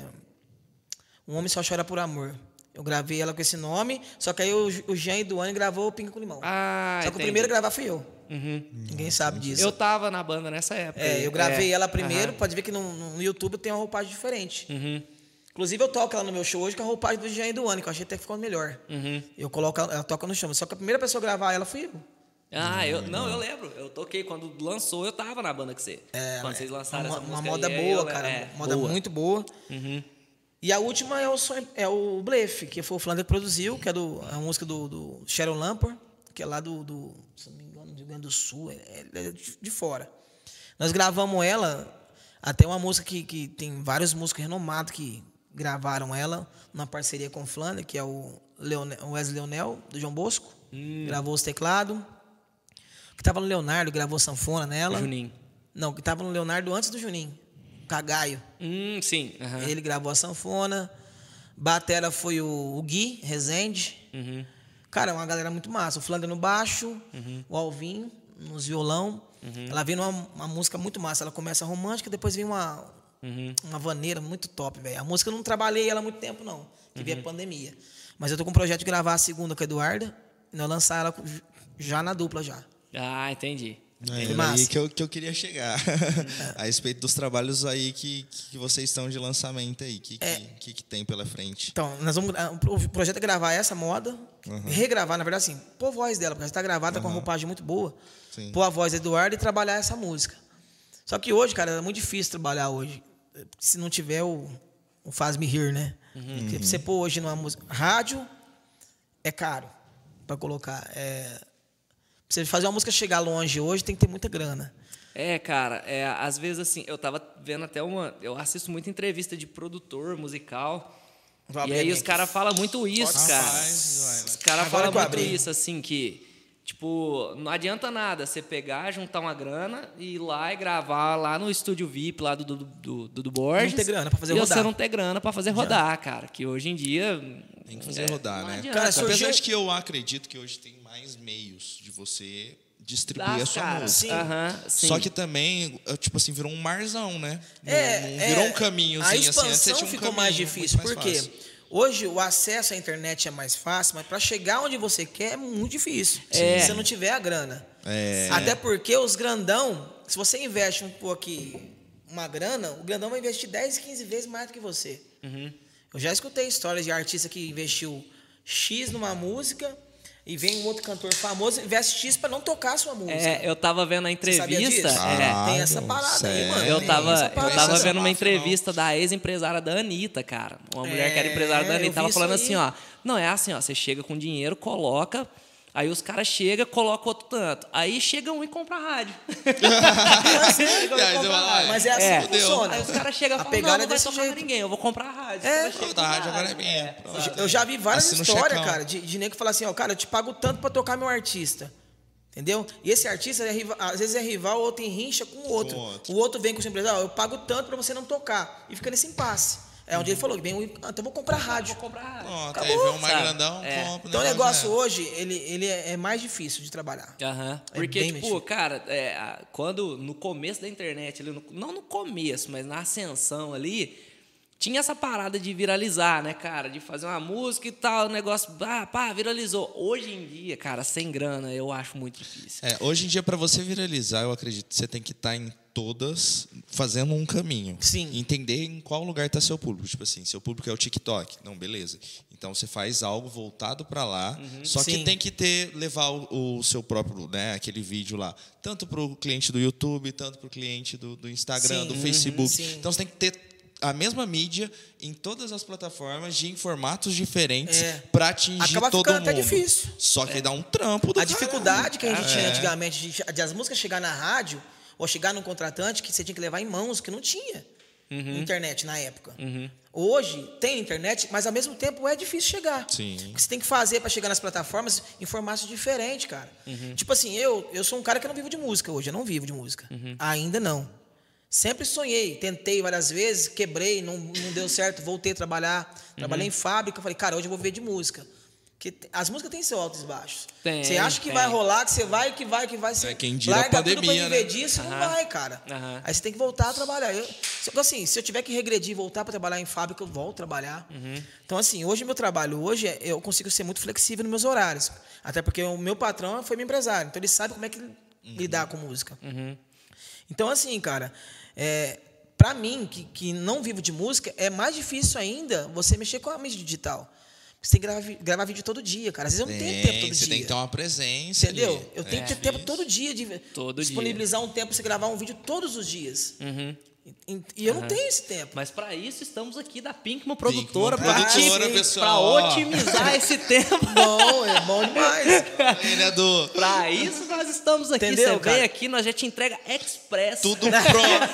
Um Homem Só Chora por Amor. Eu gravei ela com esse nome, só que aí o, o Jean e Duane gravou o Pinga com Limão. Ah, só que entendi. o primeiro a gravar fui eu. Uhum. Ninguém sabe disso. Eu tava na banda nessa época. É, eu gravei É, ela primeiro, aham. pode ver que no, no YouTube tem uma roupagem diferente. Uhum. Inclusive, eu toco ela no meu show hoje com a roupagem do Jean e do Ano, que eu achei até que ficou melhor. Uhum. Eu coloco ela, ela toca no chão. Só que a primeira pessoa a gravar ela fui eu. Ah, eu, não, eu lembro. Eu toquei quando lançou, eu tava na banda com você. É, quando vocês lançaram uma, essa uma música. moda aí, boa, eu- cara. é, moda boa. muito boa. Uhum. E a última é o, sonho, é o Blefe, que foi o Flander que produziu, que é do, a música do, do Sharon Lampard, que é lá do, do, se não me engano, do Rio Grande do Sul, é, é de, de fora. Nós gravamos ela, até uma música que, que tem vários músicos renomados que gravaram ela, numa parceria com o Flander, que é o Leonel, o Wesley Leonel, do João Bosco. Hum. Gravou os teclados. Que tava no Leonardo, gravou sanfona nela. Juninho. Não, que tava no Leonardo antes do Juninho. Cagaio. Hum, sim. aham. Ele gravou a sanfona. Batera foi o, o Gui Rezende. Uhum. Cara, é uma galera muito massa. O Flander no baixo, o Alvin nos violão. Ela vem numa uma música muito massa. Ela começa romântica, depois vem uma, uma vaneira muito top, velho. A música eu não trabalhei ela há muito tempo, não. Que veio a pandemia. Mas eu tô com um projeto de gravar a segunda com a Eduarda. E nós lançar ela já na dupla já. Ah, entendi. É, Ele era massa. aí que eu, que eu queria chegar. A respeito dos trabalhos aí que, que vocês estão de lançamento aí. O que, É. que, que, que tem pela frente? Então, nós vamos, o projeto é gravar essa moda, regravar, na verdade, assim, pôr a voz dela, porque ela está gravada com uma roupagem muito boa. Sim. Pôr a voz do Eduardo e trabalhar essa música. Só que hoje, cara, é muito difícil trabalhar hoje. se não tiver o, o Faz-me Rir, né? Uhum. Porque você pôr hoje numa música... Rádio é caro para colocar. É, pra você fazer uma música chegar longe hoje, tem que ter muita grana. É, cara, é, às vezes assim, eu tava vendo até uma... Eu assisto muita entrevista de produtor musical... E aí os caras falam muito isso, Pode cara. Rapaz, os caras falam muito isso, assim, que... Tipo, não adianta nada você pegar, juntar uma grana e ir lá e gravar lá no estúdio V I P, lá do Dudu do, do, do Borges. Não ter grana pra fazer e rodar. E você não ter grana pra fazer rodar, cara. Que hoje em dia... Tem que fazer é, rodar, né? Adianta. Cara, Apesar surgiu... de que eu acredito que hoje tem mais meios de você... distribuir Dá, a sua cara. música. Sim. Uhum, sim. Só que também, tipo assim, virou um marzão, né? É, não, não é, virou um caminhozinho a expansão assim. Antes um ficou caminho mais difícil. mais Por quê? fácil. Hoje o acesso à internet é mais fácil, mas para chegar onde você quer é muito difícil. É. Se você não tiver a grana. É. Até porque os grandão, se você investe um pouco aqui uma grana, o grandão vai investir dez, quinze vezes mais do que você. Uhum. Eu já escutei histórias de artista que investiu X numa música e vem um outro cantor famoso e investe X para não tocar a sua música. É, eu tava vendo a entrevista. Você sabia disso? É, Tem essa parada sério? aí, mano. Eu Tem tava, essa eu parada. tava Essa vendo uma máfia, entrevista da ex-empresária da Anitta, cara. Uma mulher que era É, empresária da eu Anitta. vi Tava isso falando aí. assim, ó. Não, é assim, ó. Você chega com dinheiro, coloca. Aí os caras chegam, colocam outro tanto. Aí chega um e compra a rádio. Chega um e Aí você compra a vai, rádio. Mas é assim É. que funciona. Aí os caras chegam e A falam, pegada não, é não vai desse tocar pra jeito. ninguém, eu vou comprar a rádio. É. Aí chega Pronto, a rádio agora é rádio. minha. É, Pronto. Eu já vi várias Assina o histórias, checão. cara, de, de nego que fala assim, ó, cara, eu te pago tanto pra tocar meu artista. Entendeu? E esse artista, é rival, às vezes é rival ou tem rincha com o outro. Com o outro. O outro vem com o seu empresário, ó, eu pago tanto pra você não tocar. E fica nesse impasse. É onde ele falou, vem, um, ah, então eu vou comprar rádio. Vou comprar a rádio. Pronto, Acabou, aí vem um mais sabe? grandão, É. compra. Então o negócio é. hoje, ele, ele é é mais difícil de trabalhar. Aham. É Porque, bem tipo, mexido. cara, é, a- quando no começo da internet, ali, no- não no começo, mas na ascensão ali, tinha essa parada de viralizar, né, cara? De fazer uma música e tal, o negócio, ah, pá, viralizou. Hoje em dia, cara, sem grana, eu acho muito difícil. É, hoje em dia, para você viralizar, eu acredito que você tem que estar em todas fazendo um caminho. Sim. Entender em qual lugar está seu público. Tipo assim, seu público é o TikTok. Não, beleza. Então você faz algo voltado para lá. Só que Sim. tem que ter levar o, o seu próprio, né, aquele vídeo lá, tanto para o cliente do YouTube, tanto para o cliente do, do Instagram, Sim. do Uhum. Facebook. Sim. Então você tem que ter a mesma mídia em todas as plataformas de em formatos diferentes É. para atingir Acaba todo ficando mundo. até difícil. Só que dá um trampo do A dificuldade que a gente É. tinha antigamente de, de as músicas chegar na rádio ou chegar num contratante que você tinha que levar em mãos, que não tinha internet na época. Hoje tem internet, mas ao mesmo tempo é difícil chegar. Sim. O que você tem que fazer para chegar nas plataformas em formatos diferentes, cara. Tipo assim, eu, eu sou um cara que não vivo de música hoje, eu não vivo de música. Ainda não. Sempre sonhei, tentei várias vezes, quebrei, não, não deu certo, voltei a trabalhar. Trabalhei em fábrica, falei, cara, hoje eu vou viver de música. Porque te- as músicas têm seus altos e baixos. Tem, Você acha que tem. vai rolar, que você vai, que vai, que vai. Você É quem dira a larga tudo pra pandemia, viver né? disso, não Aham. vai, cara. Aham. Aí você tem que voltar a trabalhar. Eu, se- assim, se eu tiver que regredir e voltar para trabalhar em fábrica, eu volto a trabalhar. Então, assim, hoje meu trabalho, hoje é- eu consigo ser muito flexível nos meus horários. Até porque o meu patrão foi meu empresário, então ele sabe como é que lidar com música. Então, assim, cara, é, para mim, que, que não vivo de música, é mais difícil ainda você mexer com a mídia digital. Você tem que gravar, vi- gravar vídeo todo dia, cara. Às vezes eu não tenho tempo todo você dia. tem que ter uma presença Entendeu? ali. Eu tenho É. que ter tempo todo dia de Todo disponibilizar um tempo para você gravar um vídeo todos os dias. E, e eu não tenho esse tempo. Mas para isso estamos aqui da Pinkman Produtora, Pinkman para Produtora, pessoal, ó. otimizar esse tempo. Bom, é bom demais. Ele é do Para isso nós estamos aqui. Entendeu, Você cara? vem aqui, nós já te entrega express. tudo pronto.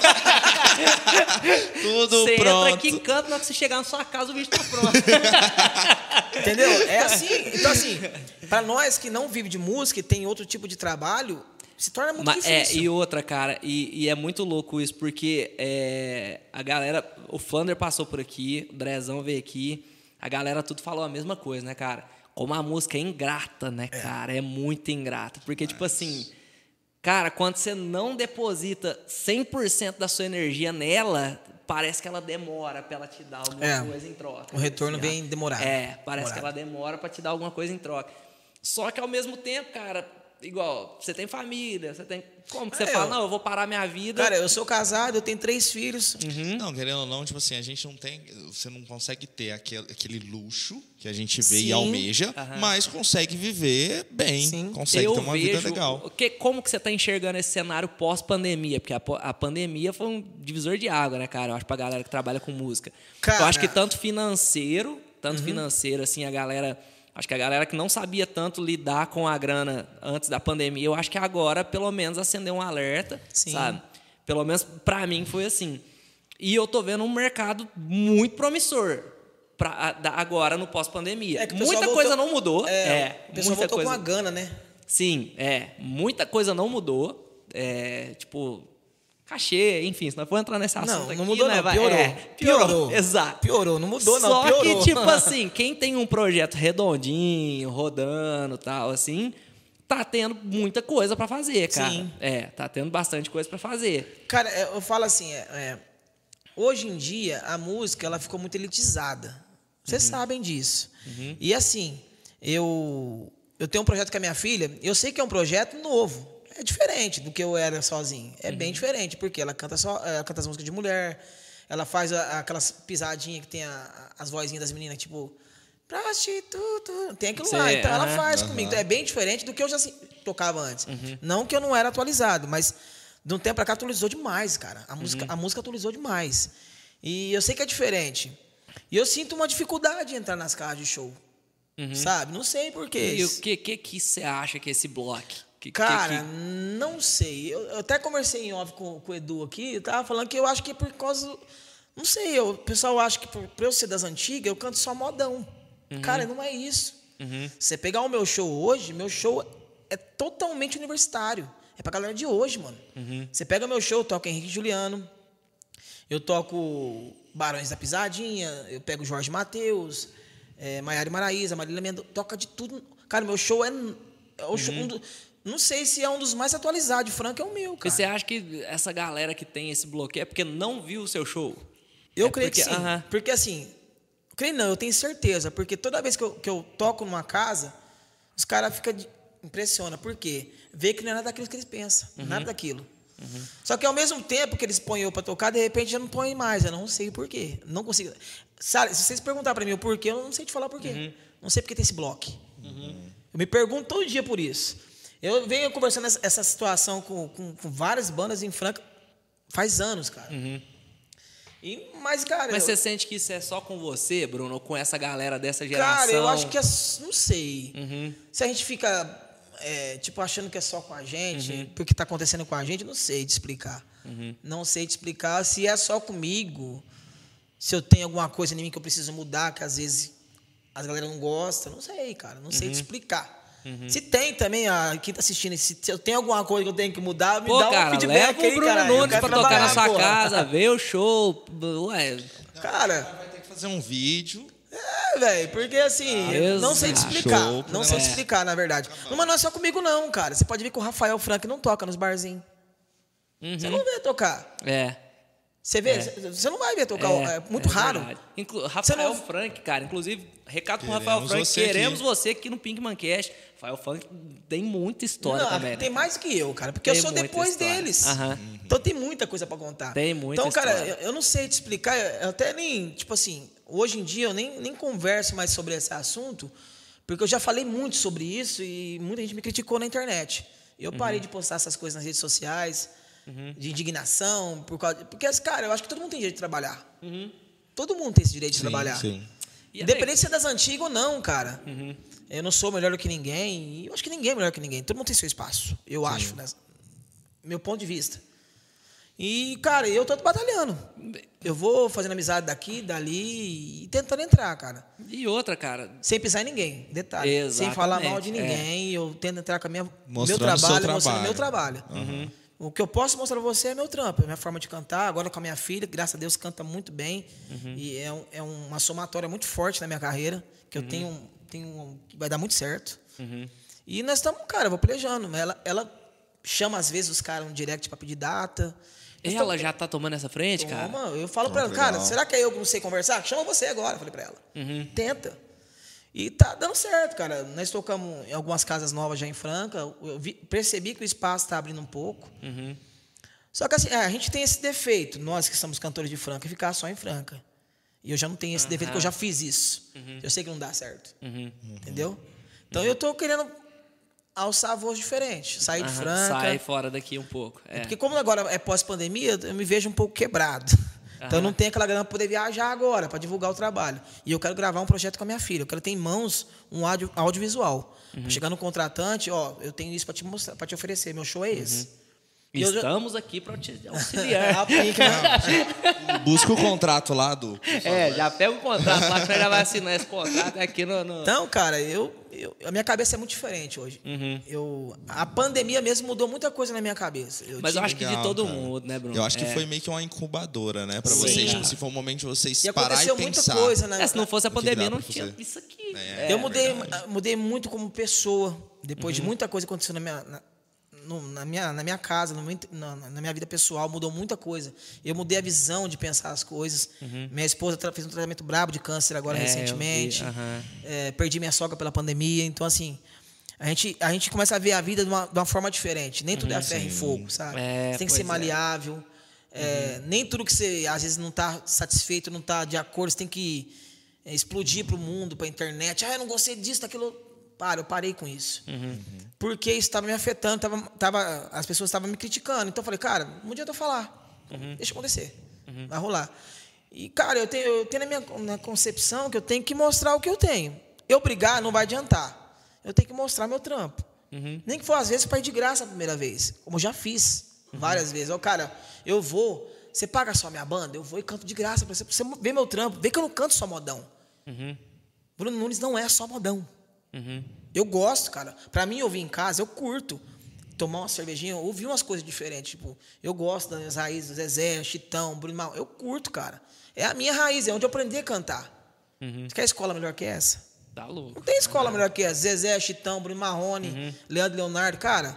Tudo Você pronto. entra aqui em canto, na hora que você chegar na sua casa, o vídeo tá pronto. Entendeu? É assim. Então, assim, para nós que não vivem de música e tem outro tipo de trabalho, se torna muito Mas, é, difícil. e outra, cara, e, e é muito louco isso, porque é, a galera, o Flander passou por aqui, o Drezão veio aqui, a galera tudo falou a mesma coisa, né, cara? Como a música é ingrata, né, cara? É muito ingrata. Porque, tipo assim, cara, quando você não deposita cem por cento da sua energia nela, parece que ela demora pra ela te dar alguma É. coisa em troca. O retorno Assim, vem demorado. É, parece Demorado. que ela demora pra te dar alguma coisa em troca. Só que, ao mesmo tempo, cara, igual, você tem família, você tem... Como que você É, fala, eu- não, eu vou parar minha vida... Cara, eu sou casado, eu tenho três filhos. Uhum. Não, querendo ou não, tipo assim, a gente não tem. Você não consegue ter aquele, aquele luxo que a gente vê e Sim. almeja, Aham. mas consegue viver bem, Sim. consegue eu ter uma vejo vida legal. o Que, como que você está enxergando esse cenário pós-pandemia? Porque a, po- a pandemia foi um divisor de água, né, cara? Eu acho pra galera que trabalha com música. Cara- Eu acho que tanto financeiro, tanto Uhum. financeiro, assim, a galera... Acho que a galera que não sabia tanto lidar com a grana antes da pandemia, eu acho que agora, pelo menos, acendeu um alerta, Sim. sabe? Pelo menos pra mim foi assim. E eu tô vendo um mercado muito promissor pra, a- da- agora no pós-pandemia. É que o pessoal Muita voltou- coisa não mudou. É, É, o pessoal muita voltou coisa... com a gana, né? Sim, é. Muita coisa não mudou. É, tipo, cachê, enfim, se nós for entrar nesse assunto Não, aqui, não mudou né, não, vai- piorou. é, piorou. Piorou. Exato. Piorou, não mudou não, Só piorou. que, tipo assim, quem tem um projeto redondinho, rodando e tal, assim, tá tendo muita coisa pra fazer, cara. Sim. É, tá tendo bastante coisa pra fazer. Cara, é, eu falo assim, é, é, hoje em dia a música ela ficou muito elitizada. Vocês sabem disso. E assim, eu eu tenho um projeto com a minha filha, eu sei que é um projeto novo. É diferente do que eu era sozinho. É bem diferente, porque ela canta só, ela canta as músicas de mulher, ela faz a- aquelas pisadinhas que tem a- a- as vozinhas das meninas, tipo, prostituta, tem aquilo lá. Sei, Então ela aham. faz comigo. Então é bem diferente do que eu já assim, tocava antes. Não que eu não era atualizado, mas de um tempo pra cá atualizou demais, cara. A música, a música atualizou demais. E eu sei que é diferente. E eu sinto uma dificuldade em entrar nas casas de show. Sabe? Não sei por quê. E o que que que você acha que é esse bloco? Que, que- Cara, que- não sei. Eu, eu até conversei em off com, com o Edu aqui, eu tava falando que eu acho que é por causa. Não sei, eu, o pessoal acha que por, por eu ser das antigas, eu canto só modão. Cara, não é isso. Você pegar o meu show hoje, meu show é totalmente universitário. É pra galera de hoje, mano. Você pega o meu show, eu toco Henrique e Juliano, eu toco Barões da Pisadinha, eu pego Jorge Mateus, é, Maiara e Maraísa, Marília Mendonça, toca de tudo. Cara, meu show é. é o show, um do- não sei se é um dos mais atualizados, Franco é o meu, E cara. você acha que essa galera que tem esse bloqueio é porque não viu o seu show? Eu É creio porque- que sim. aham. Porque assim, eu creio não, eu tenho certeza. Porque toda vez que eu, que eu toco numa casa, os caras ficam impressionam. Por quê? Vê que não é nada daquilo que eles pensam. Uhum. Nada daquilo. Só que ao mesmo tempo que eles põem eu pra tocar, de repente já não põem mais. Eu não sei por quê. Não consigo. Sabe, se vocês perguntarem pra mim o porquê, eu não sei te falar por quê. Uhum. Não sei porque tem esse bloco. Eu me pergunto todo dia por isso. Eu venho conversando essa, essa situação com, com, com várias bandas em Franca faz anos, cara. E, mas, cara. Uhum. Mas eu- você sente que isso é só com você, Bruno, ou com essa galera dessa geração? Cara, eu acho que é. Não sei. Uhum. Se a gente fica, é, tipo, achando que é só com a gente, Uhum. porque tá acontecendo com a gente, não sei te explicar. Não sei te explicar se é só comigo, se eu tenho alguma coisa em mim que eu preciso mudar, que às vezes as galera não gosta. Não sei, cara. Não Uhum. sei te explicar. Se tem também, a, quem tá assistindo, se, se eu tenho alguma coisa que eu tenho que mudar, me Pô, dá um cara, feedback leva o aí, Bruno caralho. Eu Nunes quero pra tocar na trabalhar, sua porra. casa, ver o show. Ué, Cara, Vai ter que fazer um vídeo. é, velho, porque assim, eu não sei te Exato. explicar. Show, não sei te é. explicar, na verdade. Não, mas não é só comigo, não, cara. Você pode ver que o Rafael Frank não toca nos barzinhos. Você não vê tocar. é. Você vê? Você não vai ver tocar. É, muito é raro. verdade. Inclu- Rafael não- Frank, cara, inclusive, recado pro Queremos Rafael Frank, você queremos aqui. você aqui no Pinkman Cast. Rafael Frank tem muita história Não, também. tem né? mais que eu, cara. Porque Tem eu sou muita depois história. deles. Aham. Então tem muita coisa pra contar. Tem muita Então, cara, história. eu, eu não sei te explicar. Eu até nem, tipo assim, hoje em dia eu nem, nem converso mais sobre esse assunto, porque eu já falei muito sobre isso e muita gente me criticou na internet. Eu parei Uhum. de postar essas coisas nas redes sociais, de indignação, por causa. Porque, cara, eu acho que todo mundo tem direito de trabalhar. Todo mundo tem esse direito de Sim, trabalhar. sim. E é Independente se é das antigas ou não, cara. Eu não sou melhor do que ninguém. E eu acho que ninguém é melhor que ninguém. Todo mundo tem seu espaço. Eu acho, né? Meu ponto de vista. E, cara, eu tô batalhando. Eu vou fazendo amizade daqui, dali e tentando entrar, cara. E outra, cara, Sem pisar em ninguém. Detalhe. Sem Exatamente, falar mal de é. ninguém. Eu tento entrar com a minha, meu Mostrando seu trabalho, mostrando trabalho. meu trabalho. O que eu posso mostrar pra você é meu trampo, é minha forma de cantar. Agora com a minha filha, que, graças a Deus, canta muito bem. E é, um- é uma somatória muito forte na minha carreira, que eu tenho, tenho um- que vai dar muito certo. E nós estamos, cara, eu vou pelejando. Ela, ela chama, às vezes, os caras no direct pra pedir data. Nós ela tamo- já tá tomando essa frente, cara? Toma, eu falo Toma, pra ela, que cara, legal. será que é eu que não sei conversar? Chama você agora, eu falei pra ela. Uhum. Tenta. E tá dando certo, cara. Nós tocamos em algumas casas novas já em Franca. Eu vi, percebi que o espaço está abrindo um pouco. Uhum. Só que assim, é, a gente tem esse defeito, nós que somos cantores de Franca, ficar só em Franca. E eu já não tenho esse uhum. defeito, porque eu já fiz isso. Uhum. Eu sei que não dá certo. Uhum. Entendeu? Então eu tô querendo alçar voos diferentes. Sair uhum. de Franca. Sair fora daqui um pouco. É. Porque como agora é pós-pandemia, eu me vejo um pouco quebrado. Então, eu não tenho aquela grana para poder viajar agora, para divulgar o trabalho. E eu quero gravar um projeto com a minha filha. Eu quero ter em mãos um audio, audiovisual. Uhum. Chegar no contratante, ó, eu tenho isso para te mostrar, para te oferecer. Meu show é esse. Uhum. E Estamos já... aqui para te auxiliar. Busca o contrato lá, Du. É, já pega o contrato lá, que já vai assinar esse contrato aqui no... no... Então, cara, eu, eu, a minha cabeça é muito diferente hoje. Uhum. Eu, a pandemia mesmo mudou muita coisa na minha cabeça. Eu Mas tive... eu acho que Legal, de todo cara. mundo, né, Bruno? Eu acho que é. foi meio que uma incubadora, né? Pra Sim, vocês, cara. tipo, se for um momento de vocês E parar e aconteceu pensar. muita coisa, né? É, se não fosse a pandemia, não pra tinha fazer. isso aqui. É, eu mudei, verdade. mudei muito como pessoa. Depois Uhum. de muita coisa que aconteceu na minha... Na... No, na, minha, na minha casa, no meu, na, na minha vida pessoal, mudou muita coisa. Eu mudei a visão de pensar as coisas. Uhum. Minha esposa tra- fez um tratamento brabo de câncer agora é, recentemente. Uhum. É, perdi minha sogra pela pandemia. Então, assim, a gente, a gente começa a ver a vida de uma, de uma forma diferente. Nem tudo uhum, é a ferro e fogo, sabe? É, você tem que ser maleável. É. É, uhum. Nem tudo que você, às vezes, não está satisfeito, não está de acordo, você tem que é, explodir para o mundo, para a internet. Ah, eu não gostei disso, daquilo. Para, eu parei com isso. Uhum. Porque isso estava me afetando, tava, tava, as pessoas estavam me criticando. Então eu falei, cara, não adianta eu falar. Uhum. Deixa acontecer. Uhum. Vai rolar. E, cara, eu tenho, eu tenho na minha na concepção que eu tenho que mostrar o que eu tenho. Eu brigar não vai adiantar. Eu tenho que mostrar meu trampo. Uhum. Nem que for, às vezes, para ir de graça a primeira vez. Como eu já fiz uhum. várias vezes. Ó, cara, eu vou, você paga só a minha banda, eu vou e canto de graça para você, pra você ver meu trampo. Vê que eu não canto só modão. Uhum. Bruno Nunes não é só modão. Uhum. Eu gosto, cara. Pra mim, ouvir em casa, eu curto. Tomar uma cervejinha, ouvir umas coisas diferentes. Tipo, eu gosto das raízes do Zezé, Chitão, Bruno Marrone. Eu curto, cara. É a minha raiz, é onde eu aprendi a cantar. Uhum. Você quer escola melhor que essa? Tá louco. Não tem escola uhum. melhor que essa. Zezé, Chitão, Bruno Marrone, uhum. Leandro Leonardo. Cara,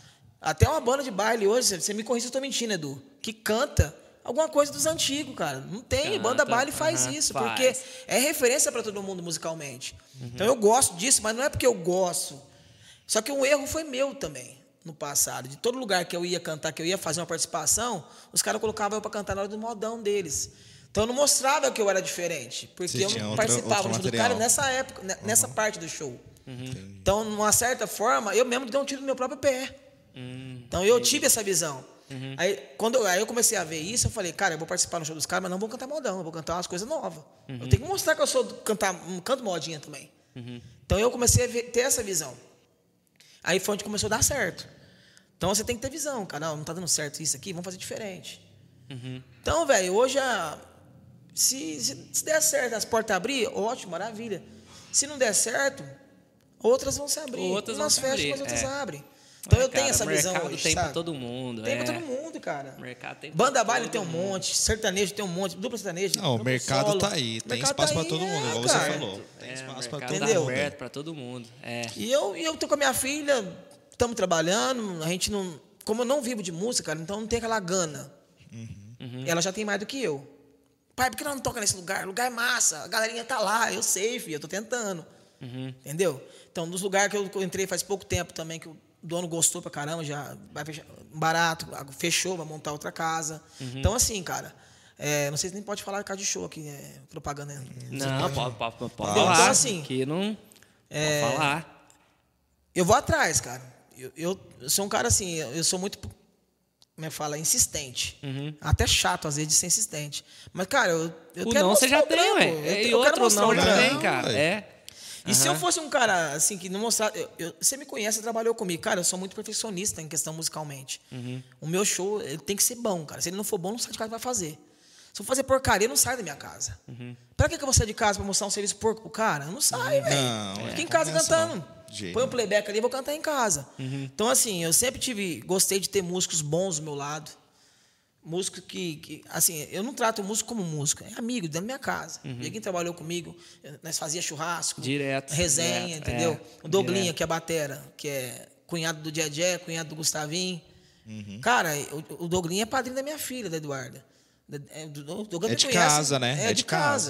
até uma banda de baile hoje, você me corrige se eu tô mentindo, Edu, que canta alguma coisa dos antigos, cara. Não tem. Canta, banda baile faz uhum, isso, faz. Porque é referência para todo mundo musicalmente. Uhum. Então eu gosto disso, mas não é porque eu gosto. Só que um erro foi meu também, no passado. De todo lugar que eu ia cantar, que eu ia fazer uma participação, os caras colocavam eu para cantar na hora do modão deles. Então eu não mostrava que eu era diferente, porque Você eu tinha não outra, participava outro do cara nessa época, nessa uhum. parte do show. Uhum. Então, de uma certa forma, eu mesmo dei um tiro no meu próprio pé. Uhum. Então eu tive essa visão. Uhum. Aí, quando eu, aí eu comecei a ver isso, eu falei, cara, eu vou participar no show dos caras, mas não vou cantar modão, eu vou cantar umas coisas novas. Uhum. Eu tenho que mostrar que eu sou cantar, canto modinha também. Uhum. Então eu comecei a ver, ter essa visão. Aí foi onde começou a dar certo. Então você tem que ter visão, cara, não, não tá dando certo isso aqui, vamos fazer diferente. Uhum. Então, velho, hoje a, se, se, se der certo, as portas abrir, ótimo, maravilha. Se não der certo, outras vão se abrir. Outras Umas vão se fecham, abrir, mas outras é. abrem. Então é, eu tenho cara, essa visão hoje, mercado tem sabe? pra todo mundo. Tem é. pra todo mundo, cara. O mercado tem Banda pra baile tem um mundo. monte, sertanejo tem um monte, dupla sertanejo. Não, o mercado solo. tá aí, tem mercado espaço tá pra todo aí, mundo, é, igual cara. você falou. Tem É, espaço pra o mercado todo tá Entendeu? mundo. aberto pra todo mundo. É. E eu, e eu tô com a minha filha, estamos trabalhando, a gente não... Como eu não vivo de música, cara, então não tem aquela gana. Uhum. Ela já tem mais do que eu. Pai, por que ela não toca nesse lugar? O lugar é massa, a galerinha tá lá, eu sei, filho, eu tô tentando. Uhum. Entendeu? Então, dos lugares que eu entrei faz pouco tempo também, que o dono gostou pra caramba, já vai fechar, barato, fechou, vai montar outra casa. Uhum. Então, assim, cara, é, não sei se nem pode falar de casa de show aqui, é propaganda. Né? Não, pode, pode, pode, pode então, falar. assim, aqui não é, pode falar. Eu vou atrás, cara. Eu, eu, eu sou um cara assim, eu sou muito, como é que fala, insistente. Uhum. Até chato, às vezes, de ser insistente. Mas, cara, eu, eu o quero não você já o tem, trampo. ué. Eu, E eu outro não já trampo. tem, cara. É. E uhum. se eu fosse um cara, assim, que não mostrar... Eu, eu, você me conhece, você trabalhou comigo. Cara, eu sou muito perfeccionista em questão musicalmente. Uhum. O meu show, ele tem que ser bom, cara. Se ele não for bom, não sai de casa pra fazer. Se eu for fazer porcaria, eu não saio da minha casa. Uhum. Pra que, que eu vou sair de casa pra mostrar um serviço porco pro cara? Eu não saio, velho. Fica é, em casa cantando. Põe um playback ali e vou cantar em casa. Uhum. Então, assim, eu sempre tive... Gostei de ter músicos bons do meu lado. Músico que, que... Assim, eu não trato o músico como músico. É amigo, dentro da minha casa. Uhum. E quem trabalhou comigo, nós fazia churrasco. Direto. Resenha, direto, entendeu? É, o Douglinha, direto. que é a batera, que é cunhado do Djedé, cunhado do Gustavinho. Uhum. Cara, o, o Douglinha é padrinho da minha filha, da Eduarda. O é de casa, né? É, é de, de casa. casa.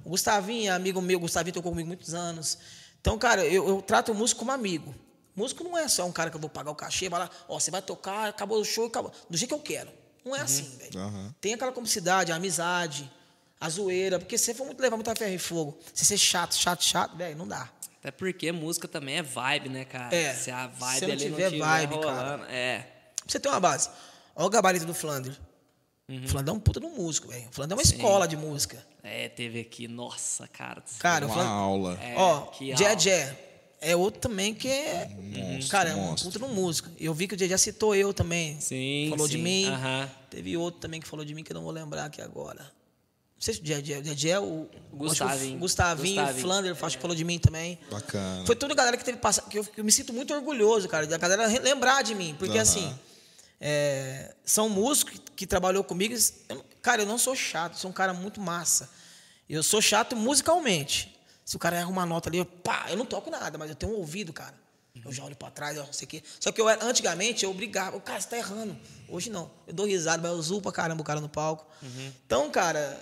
O Gustavinho é amigo meu, o Gustavinho tocou comigo muitos anos. Então, cara, eu, eu trato o músico como amigo. Músico não é só um cara que eu vou pagar o cachê, vai lá, ó, você vai tocar, acabou o show, acabou. Do jeito que eu quero. Não é uhum. assim, velho. Uhum. Tem aquela cumplicidade, a amizade, a zoeira, porque se você for muito levar muita ferro e fogo, se ser chato, chato, chato, velho, não dá. Até porque música também é vibe, né, cara? É. Se a vibe se não ali tiver não tiver vibe, rolando, cara. É. Pra você ter uma base. Olha o gabarito do Flander. Uhum. O Flander é um puta de um músico, velho. O Flander é uma Sim. escola de música. É, teve aqui, nossa, cara. Cara, uma o Flander, aula. É, ó, Jé Jé é outro também que é. Monstro, cara, é um puta de um músico. Eu vi que o Jé já citou eu também. Sim. Falou sim. de mim. Uh-huh. Teve outro também que falou de mim que eu não vou lembrar aqui agora. Não sei se o Jé é o Gustavinho. O Gustavinho, o Flander, acho que falou de mim também. Bacana. Foi toda a galera que teve passado. Que eu, que eu me sinto muito orgulhoso, cara, da galera lembrar de mim. Porque, uhum. assim, é, são músicos que, que trabalhou comigo. Eu, cara, eu não sou chato, sou um cara muito massa. Eu sou chato musicalmente. Se o cara erra uma nota ali, eu, pá, eu não toco nada, mas eu tenho um ouvido, cara. Eu já olho pra trás, eu não sei o quê. Só que eu era, antigamente eu brigava. O cara, você tá errando. Hoje não. Eu dou risada, mas eu zoo pra caramba o cara no palco. Uhum. Então, cara,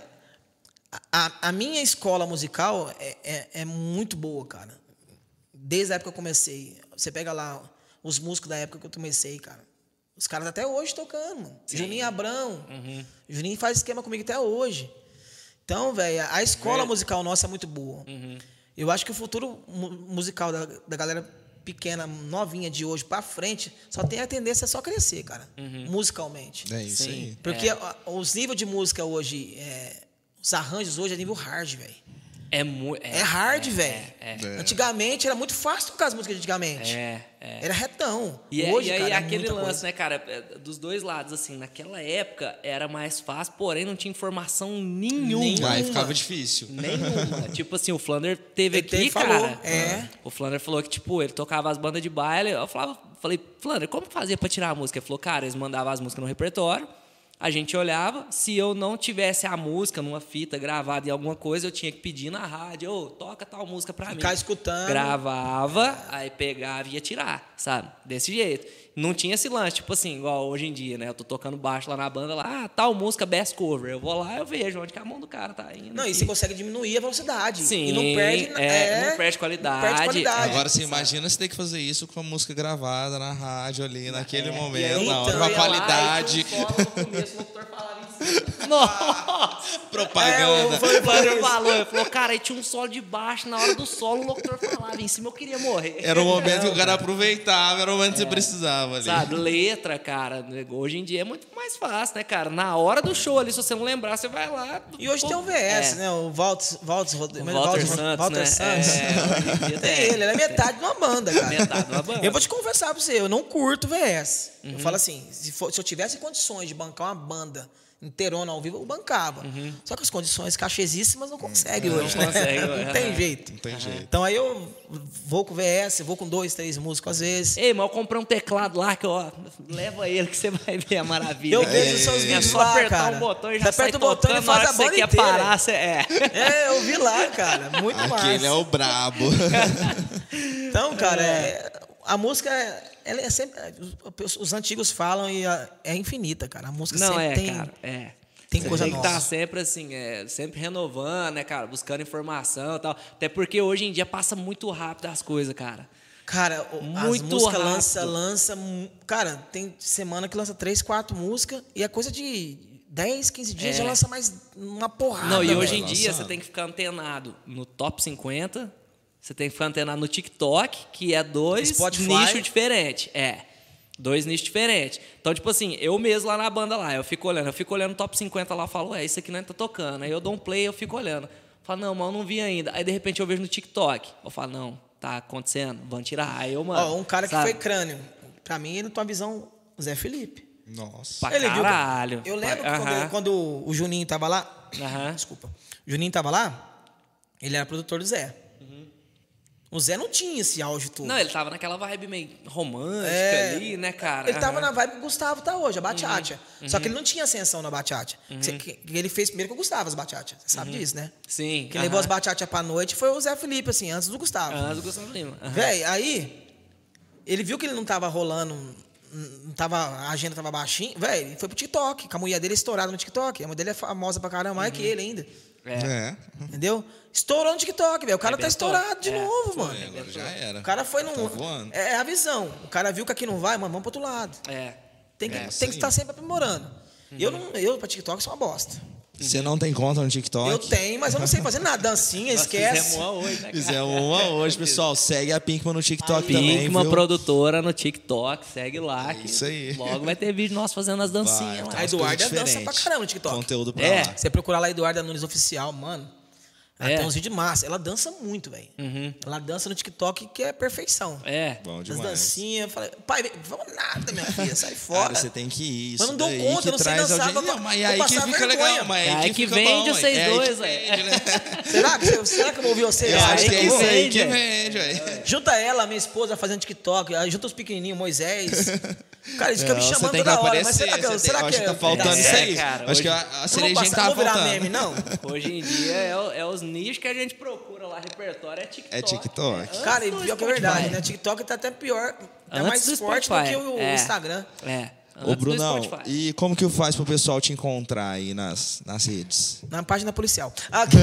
a, a minha escola musical é, é, é muito boa, cara. Desde a época que eu comecei. Você pega lá os músicos da época que eu comecei, cara. Os caras até hoje tocando, mano. Sim. Juninho Abrão. Uhum. Juninho faz esquema comigo até hoje. Então, velho, a escola é. musical nossa é muito boa. Uhum. Eu acho que o futuro mu- musical da, da galera pequena, novinha de hoje pra frente, só tem a tendência a só crescer, cara. Uhum. Musicalmente. É isso Sim. aí. Porque é. a, os níveis de música hoje, é, os arranjos hoje é nível hard, velho. É, mu- é, é hard, é, velho. É, é. Antigamente era muito fácil tocar as músicas de antigamente. É, é. Era retão. E hoje, é, e cara, aí é aquele lance, coisa. né, cara, dos dois lados, assim, naquela época era mais fácil, porém não tinha informação nenhuma. Nenhuma. Aí ficava difícil. Nenhuma. Tipo assim, o Flander teve ele aqui, teve, cara. Falou. É. O Flander falou que, tipo, ele tocava as bandas de baile. Eu falava, falei, Flander, como fazia pra tirar a música? Ele falou, cara, eles mandavam as músicas no repertório. A gente olhava, se eu não tivesse a música numa fita gravada em alguma coisa, eu tinha que pedir na rádio, ô, oh, toca tal música pra Ficar mim. Ficar escutando. Gravava, aí pegava e ia tirar, sabe? Desse jeito. Não tinha esse lance, tipo assim, igual hoje em dia, né? Eu tô tocando baixo lá na banda, lá, ah, tal música, best cover. Eu vou lá, eu vejo onde que a mão do cara tá indo. Não, aqui. e você consegue diminuir a velocidade. Sim, e não perde, é, é, não perde qualidade. Não perde qualidade. Agora você imagina você ter que fazer isso com a música gravada na rádio ali, naquele é, momento, aí, na hora, então, com a qualidade. Lá, no começo, o locutor falava em cima. Nossa! Propaganda. É, o Flander falou, ele falou, cara, aí tinha um solo de baixo, na hora do solo o locutor falava em cima, eu queria morrer. Era o momento que o cara aproveitava, era o momento que é, você precisava ali. Sabe, letra, cara, hoje em dia é muito mais fácil, né, cara? Na hora do show ali, se você não lembrar, você vai lá. E hoje pô, tem o V S, é. né? O Waltz, Waltz, Walter, Walter Santos, Walter né? Santos. É, tem ele, ele é metade de uma banda, cara. Metade de uma banda. Eu vou te confessar pra você, eu não curto V S. Uhum. Eu falo assim, se, for, se eu tivesse condições de bancar uma banda inteirona ao vivo, eu bancava. Uhum. Só que as condições cachezíssimas não consegue não hoje. Consegue, né? Não tem jeito. Não tem uhum. jeito. Então aí eu vou com V S, vou com dois, três músicos às vezes. Ei, mas eu comprei um teclado lá que, ó, leva ele que você vai ver a maravilha. Eu vejo os seus vídeos é só lá, apertar cara. um botão e já você sai aperta o botão e faz a banda você inteira. quer parar, você é. É, eu vi lá, cara. Muito massa. Aquele é o brabo. Então, cara, é, a música, ela é sempre... Os, os antigos falam e a, é infinita, cara. A música Não, sempre é, tem... cara, é. Tem Você coisa tem que nova. estar sempre assim, é, sempre renovando, né, cara? Buscando informação e tal. Até porque hoje em dia passa muito rápido as coisas, cara. Cara, muito as músicas rápido. lança, lança... Cara, tem semana que lança três, quatro músicas e é coisa de dez, quinze dias É. já lança mais uma porrada. Não, e velho. hoje em dia lançando. você tem que ficar antenado no top cinquenta, você tem que ficar antenado no TikTok, que é dois Spotify. nichos diferentes. É. Dois nichos diferentes. Então, tipo assim, eu mesmo lá na banda lá, eu fico olhando, eu fico olhando o top cinquenta lá, eu falo, ué, isso aqui não tá tocando. Aí eu dou um play, eu fico olhando. Falo, não, mas eu não vi ainda. Aí, de repente, eu vejo no TikTok. Eu falo, não, tá acontecendo, vamos tirar. Aí eu, mano. Ó, um cara que sabe? foi crânio. Pra mim, ele tem uma visão Zé Felipe. Nossa. Pra ele caralho. Viu, eu lembro Pra- que quando, Aham. quando o Juninho tava lá... Aham. Desculpa. O Juninho tava lá, ele era produtor do Zé. O Zé não tinha esse auge todo. Não, ele tava naquela vibe meio romântica É, ali, né, cara? Ele tava Aham. na vibe que o Gustavo tá hoje, a Bachata. Só que ele não tinha ascensão na Bachata. Que- que Ele fez primeiro com o Gustavo as Bachata. Você sabe disso, né? Sim. Quem levou as Bachata pra noite foi o Zé Felipe, assim, antes do Gustavo. Antes do Gustavo Lima. Aham. Véi, aí, ele viu que ele não tava rolando, não tava, a agenda tava baixinha. Véi, ele foi pro TikTok, com a mulher dele estourada no TikTok. A mulher dele é famosa pra caramba, mais que ele ainda. É. Entendeu? Estourou no TikTok, velho. O cara tá Arrebentou. estourado de É, novo, Foi, mano. agora já era. O cara foi num. Tá voando. É a visão. O cara viu que aqui não vai, mano, vamos pro outro lado. É. Tem que, É, tem que estar sempre aprimorando. Eu, não, eu, pra TikTok, sou uma bosta. Você não tem conta no TikTok? Eu tenho, mas eu não sei fazer nada. Dancinha, Nós esquece. fizemos uma hoje, né, cara? Fizemos uma hoje, pessoal. Segue a Pinkman no TikTok Aí, também, Pinkman, viu? produtora no TikTok, segue lá. Que Isso aí. Logo vai ter vídeo nosso fazendo as dancinhas Vai, lá. tá. A umas Eduarda coisas dança pra diferentes. caramba no TikTok. Conteúdo pra É. lá. Você procurar lá Eduarda Nunes Oficial, mano. Ela É. tem uns vídeos massa. Ela dança muito, velho. Uhum. Ela dança no TikTok que é perfeição. É. Bom As demais. dancinhas. Eu falei, pai, vem, vamos nada, minha filha, sai fora. Cara, você tem que ir. Isso Mas não dou daí conta, que eu não sei traz dançar, audiência. vou- Não, mas vou aí que passar fica vergonha. legal. Mas É aí aí que que fica vende bom, vocês é aí dois, que velho. vende, né? Será que, será que eu vou ouvir vocês? Eu É acho aí que é que isso aí vende, que velho. vende, velho. Junta ela, minha esposa, fazendo TikTok. aí Junta os pequenininhos, Moisés. Cara, eles ficam me Não, você chamando tem que toda hora. Mas aparecer. será que, eu- você será tem- que acho que tá eu- faltando É, isso aí. cara, Acho hoje- que a, a Eu vou cerejinha passar, tá não vou virar faltando. meme, não? Hoje em dia é, o- é os nichos que a gente procura lá, repertório é TikTok. É TikTok. Antes Cara, e do pior que é Spotify. verdade, né? TikTok tá até pior, tá Antes mais do forte do Spotify. que o, o É. Instagram. É. Ô, Antes do Brunão, Spotify. e como que faz pro pessoal te encontrar aí nas, nas redes? Na página policial. Ah, aqui.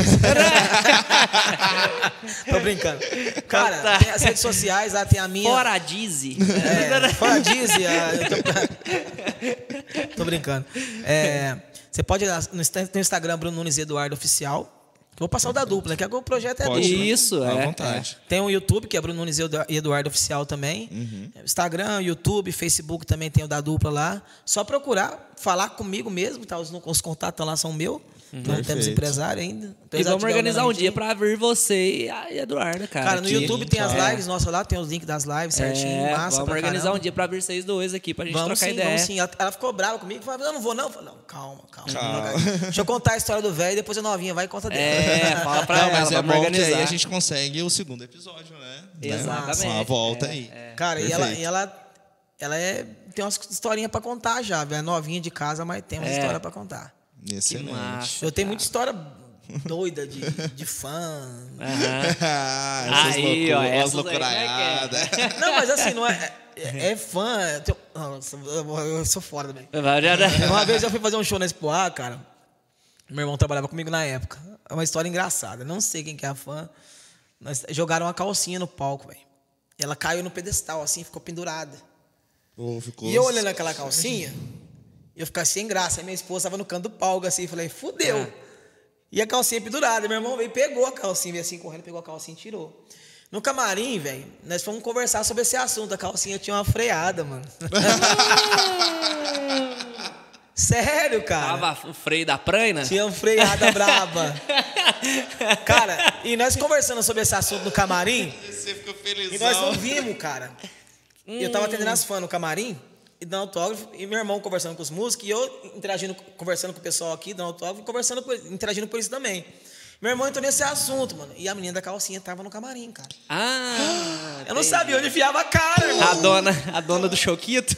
Tô brincando. Cara, Tá. tem as redes sociais, lá tem a minha. Fora a Dizzy. É, fora Dizzy. ah, eu Tô... tô brincando. É, você pode ir lá no Insta- no Instagram, Bruno Nunes Eduardo Oficial. Eu vou passar o da dupla, que agora o projeto é Pode. dupla. Isso, À é. vontade. Tem o YouTube, que é Bruno Nunes e Edu- e Eduardo Oficial também. Instagram, YouTube, Facebook também tem o da dupla lá. Só procurar, falar comigo mesmo, tá? Os, os contatos lá são meus. Não temos Perfeito. empresário ainda. E Apesar vamos de tiver o organizar um Nandinho. dia pra vir você e a Eduarda, cara. Cara, no aqui. YouTube tem as claro. lives nossas lá, tem os links das lives certinho, É, massa vamos pra organizar caramba. um dia pra vir vocês dois aqui pra gente Vamos trocar sim, ideia. vamos sim. Ela, ela ficou brava comigo, falou, eu não vou não. Eu falei, não, calma, calma. Calma. Deixa eu contar a história do velho, depois a novinha vai e conta dele. É, fala pra Não, ela, mas é vamos bom que organizar. aí a gente consegue o segundo episódio, né? Exatamente. Né? Uma volta É, aí. Cara, e ela, Perfeito. e ela, ela é, tem umas historinhas pra contar já, velho. Novinha de casa, mas tem umas É. histórias pra contar. Excelente. massa. Eu tenho muita história doida de, de fã. Aham. Ah, essas Aí, ó, loucuras, essas as aí, como é que é? loucuraiadas. Não, mas assim, não é. É, é fã. eu tenho- Nossa, eu eu sou fora também. Vai, já- já- Uma vez eu fui fazer um show na Expoá, cara. Meu irmão trabalhava comigo na época. É uma história engraçada. Não sei quem que é a fã. Nós jogaram uma calcinha no palco, velho. Ela caiu no pedestal, assim, ficou pendurada. Ô, ficou- E eu olhando aquela calcinha, eu ficava sem graça. Aí minha esposa estava no canto do palco, assim, falei, fudeu. É. E a calcinha pendurada. Meu irmão veio e pegou a calcinha, veio assim correndo, pegou a calcinha e tirou. No camarim, velho, nós fomos conversar sobre esse assunto. A calcinha tinha uma freada, mano. Sério, cara. Tava o freio da pranha? Tinha uma freada braba. Cara, e nós conversando sobre esse assunto no camarim, Você ficou e felizão. nós não vimos, cara. E eu tava atendendo as fãs no camarim, e dando autógrafo, e meu irmão conversando com os músicos, e eu interagindo, conversando com o pessoal aqui, dando autógrafo, e conversando com, interagindo por isso também. Meu irmão entrou nesse assunto, mano. E a menina da calcinha tava no camarim, cara. Ah, Eu não entendi. sabia onde enfiava a cara, irmão. A dona, a dona do Choquito?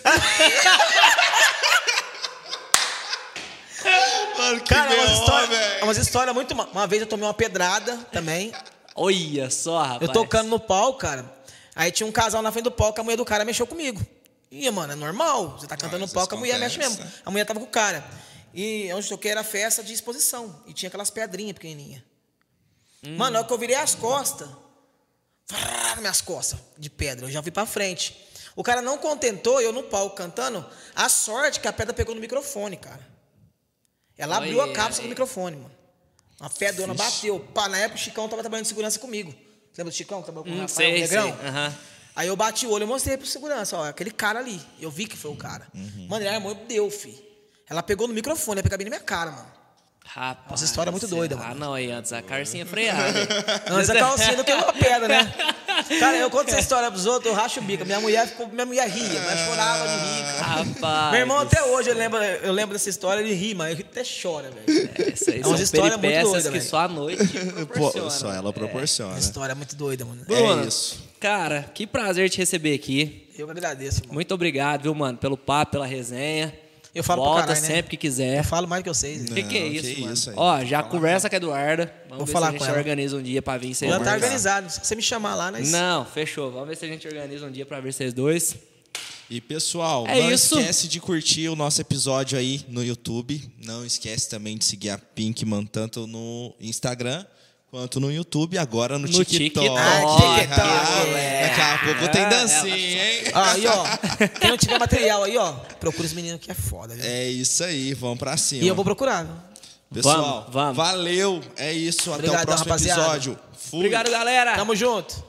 Mano, que Cara, é umas B O, histórias velho. é umas histórias muito... ma- Uma vez eu tomei uma pedrada também. Olha só, rapaz. Eu tocando no palco, cara. Aí tinha um casal na frente do palco, a mulher do cara mexeu comigo. E, mano, é normal. Você tá cantando no isso palco, a mulher acontece, mexe mesmo. né? A mulher tava com o cara. E onde eu toquei era festa de exposição. E tinha aquelas pedrinhas pequenininhas. Mano, na hora que eu virei as costas, frrr, minhas costas de pedra, eu já fui pra frente. O cara não contentou, eu no palco cantando, a sorte que a pedra pegou no microfone, cara. Ela abriu a Olha cápsula aí. do microfone, mano. Uma pedrona bateu. Pá, na época o Chicão tava trabalhando de segurança comigo. Lembra do Chicão que trabalhou com o Hum, Rafael, sei, o Negrão? sei. Aham. Aí eu bati o olho e mostrei pro segurança, ó, aquele cara ali. Eu vi que foi o cara. Mano, ele armou e deu, fi. Ela pegou no microfone, ia pegar bem na minha cara, mano. Rapaz. Nossa, história é muito doida, Ah, mano. não, aí antes a calcinha freada. Antes a calcinha do que uma pedra, né? Cara, eu conto essa história pros outros, eu racho o bico. Minha mulher, ficou, minha mulher ria, mas chorava de rir, cara. Rapaz. Meu irmão até hoje, eu lembro, eu lembro dessa história, ele ri, mas ele até chora, velho. Essa aí É são umas histórias muito peripécias doidas, que velho. só a noite Pô, proporciona. só ela proporciona. Uma história muito doida, mano. Bruno, É isso. Cara, que prazer te receber aqui. Eu que agradeço, mano. Muito obrigado, viu, mano, pelo papo, pela resenha. Eu falo pra Volta caralho, né? sempre que quiser. Eu falo mais do que vocês. O né? que, que é Não, isso, que mano? isso aí. Ó, já conversa com a Eduarda. Vamos Vou ver falar se a gente com ela. organiza um dia pra vir vocês Já tá dois. organizado. Se você me chamar lá, nós... Não, fechou. Vamos ver se a gente organiza um dia pra ver vocês dois. E, pessoal, É não isso. esquece de curtir o nosso episódio aí no YouTube. Não esquece também de seguir a Pinkman tanto no Instagram quanto no YouTube, agora no, No TikTok. TikTok. Ah, TikTok, Ah, é. Daqui a pouco É, tem ela dancinha, hein? Aí, ó. Quem não tiver material aí, ó, procura os meninos que é foda, viu? É isso aí, vamos pra cima. E eu vou procurar, viu? Pessoal, Vamos, vamos. valeu. É isso, até Obrigadão, o próximo rapaziada. episódio. Fui. Obrigado, galera. Tamo junto.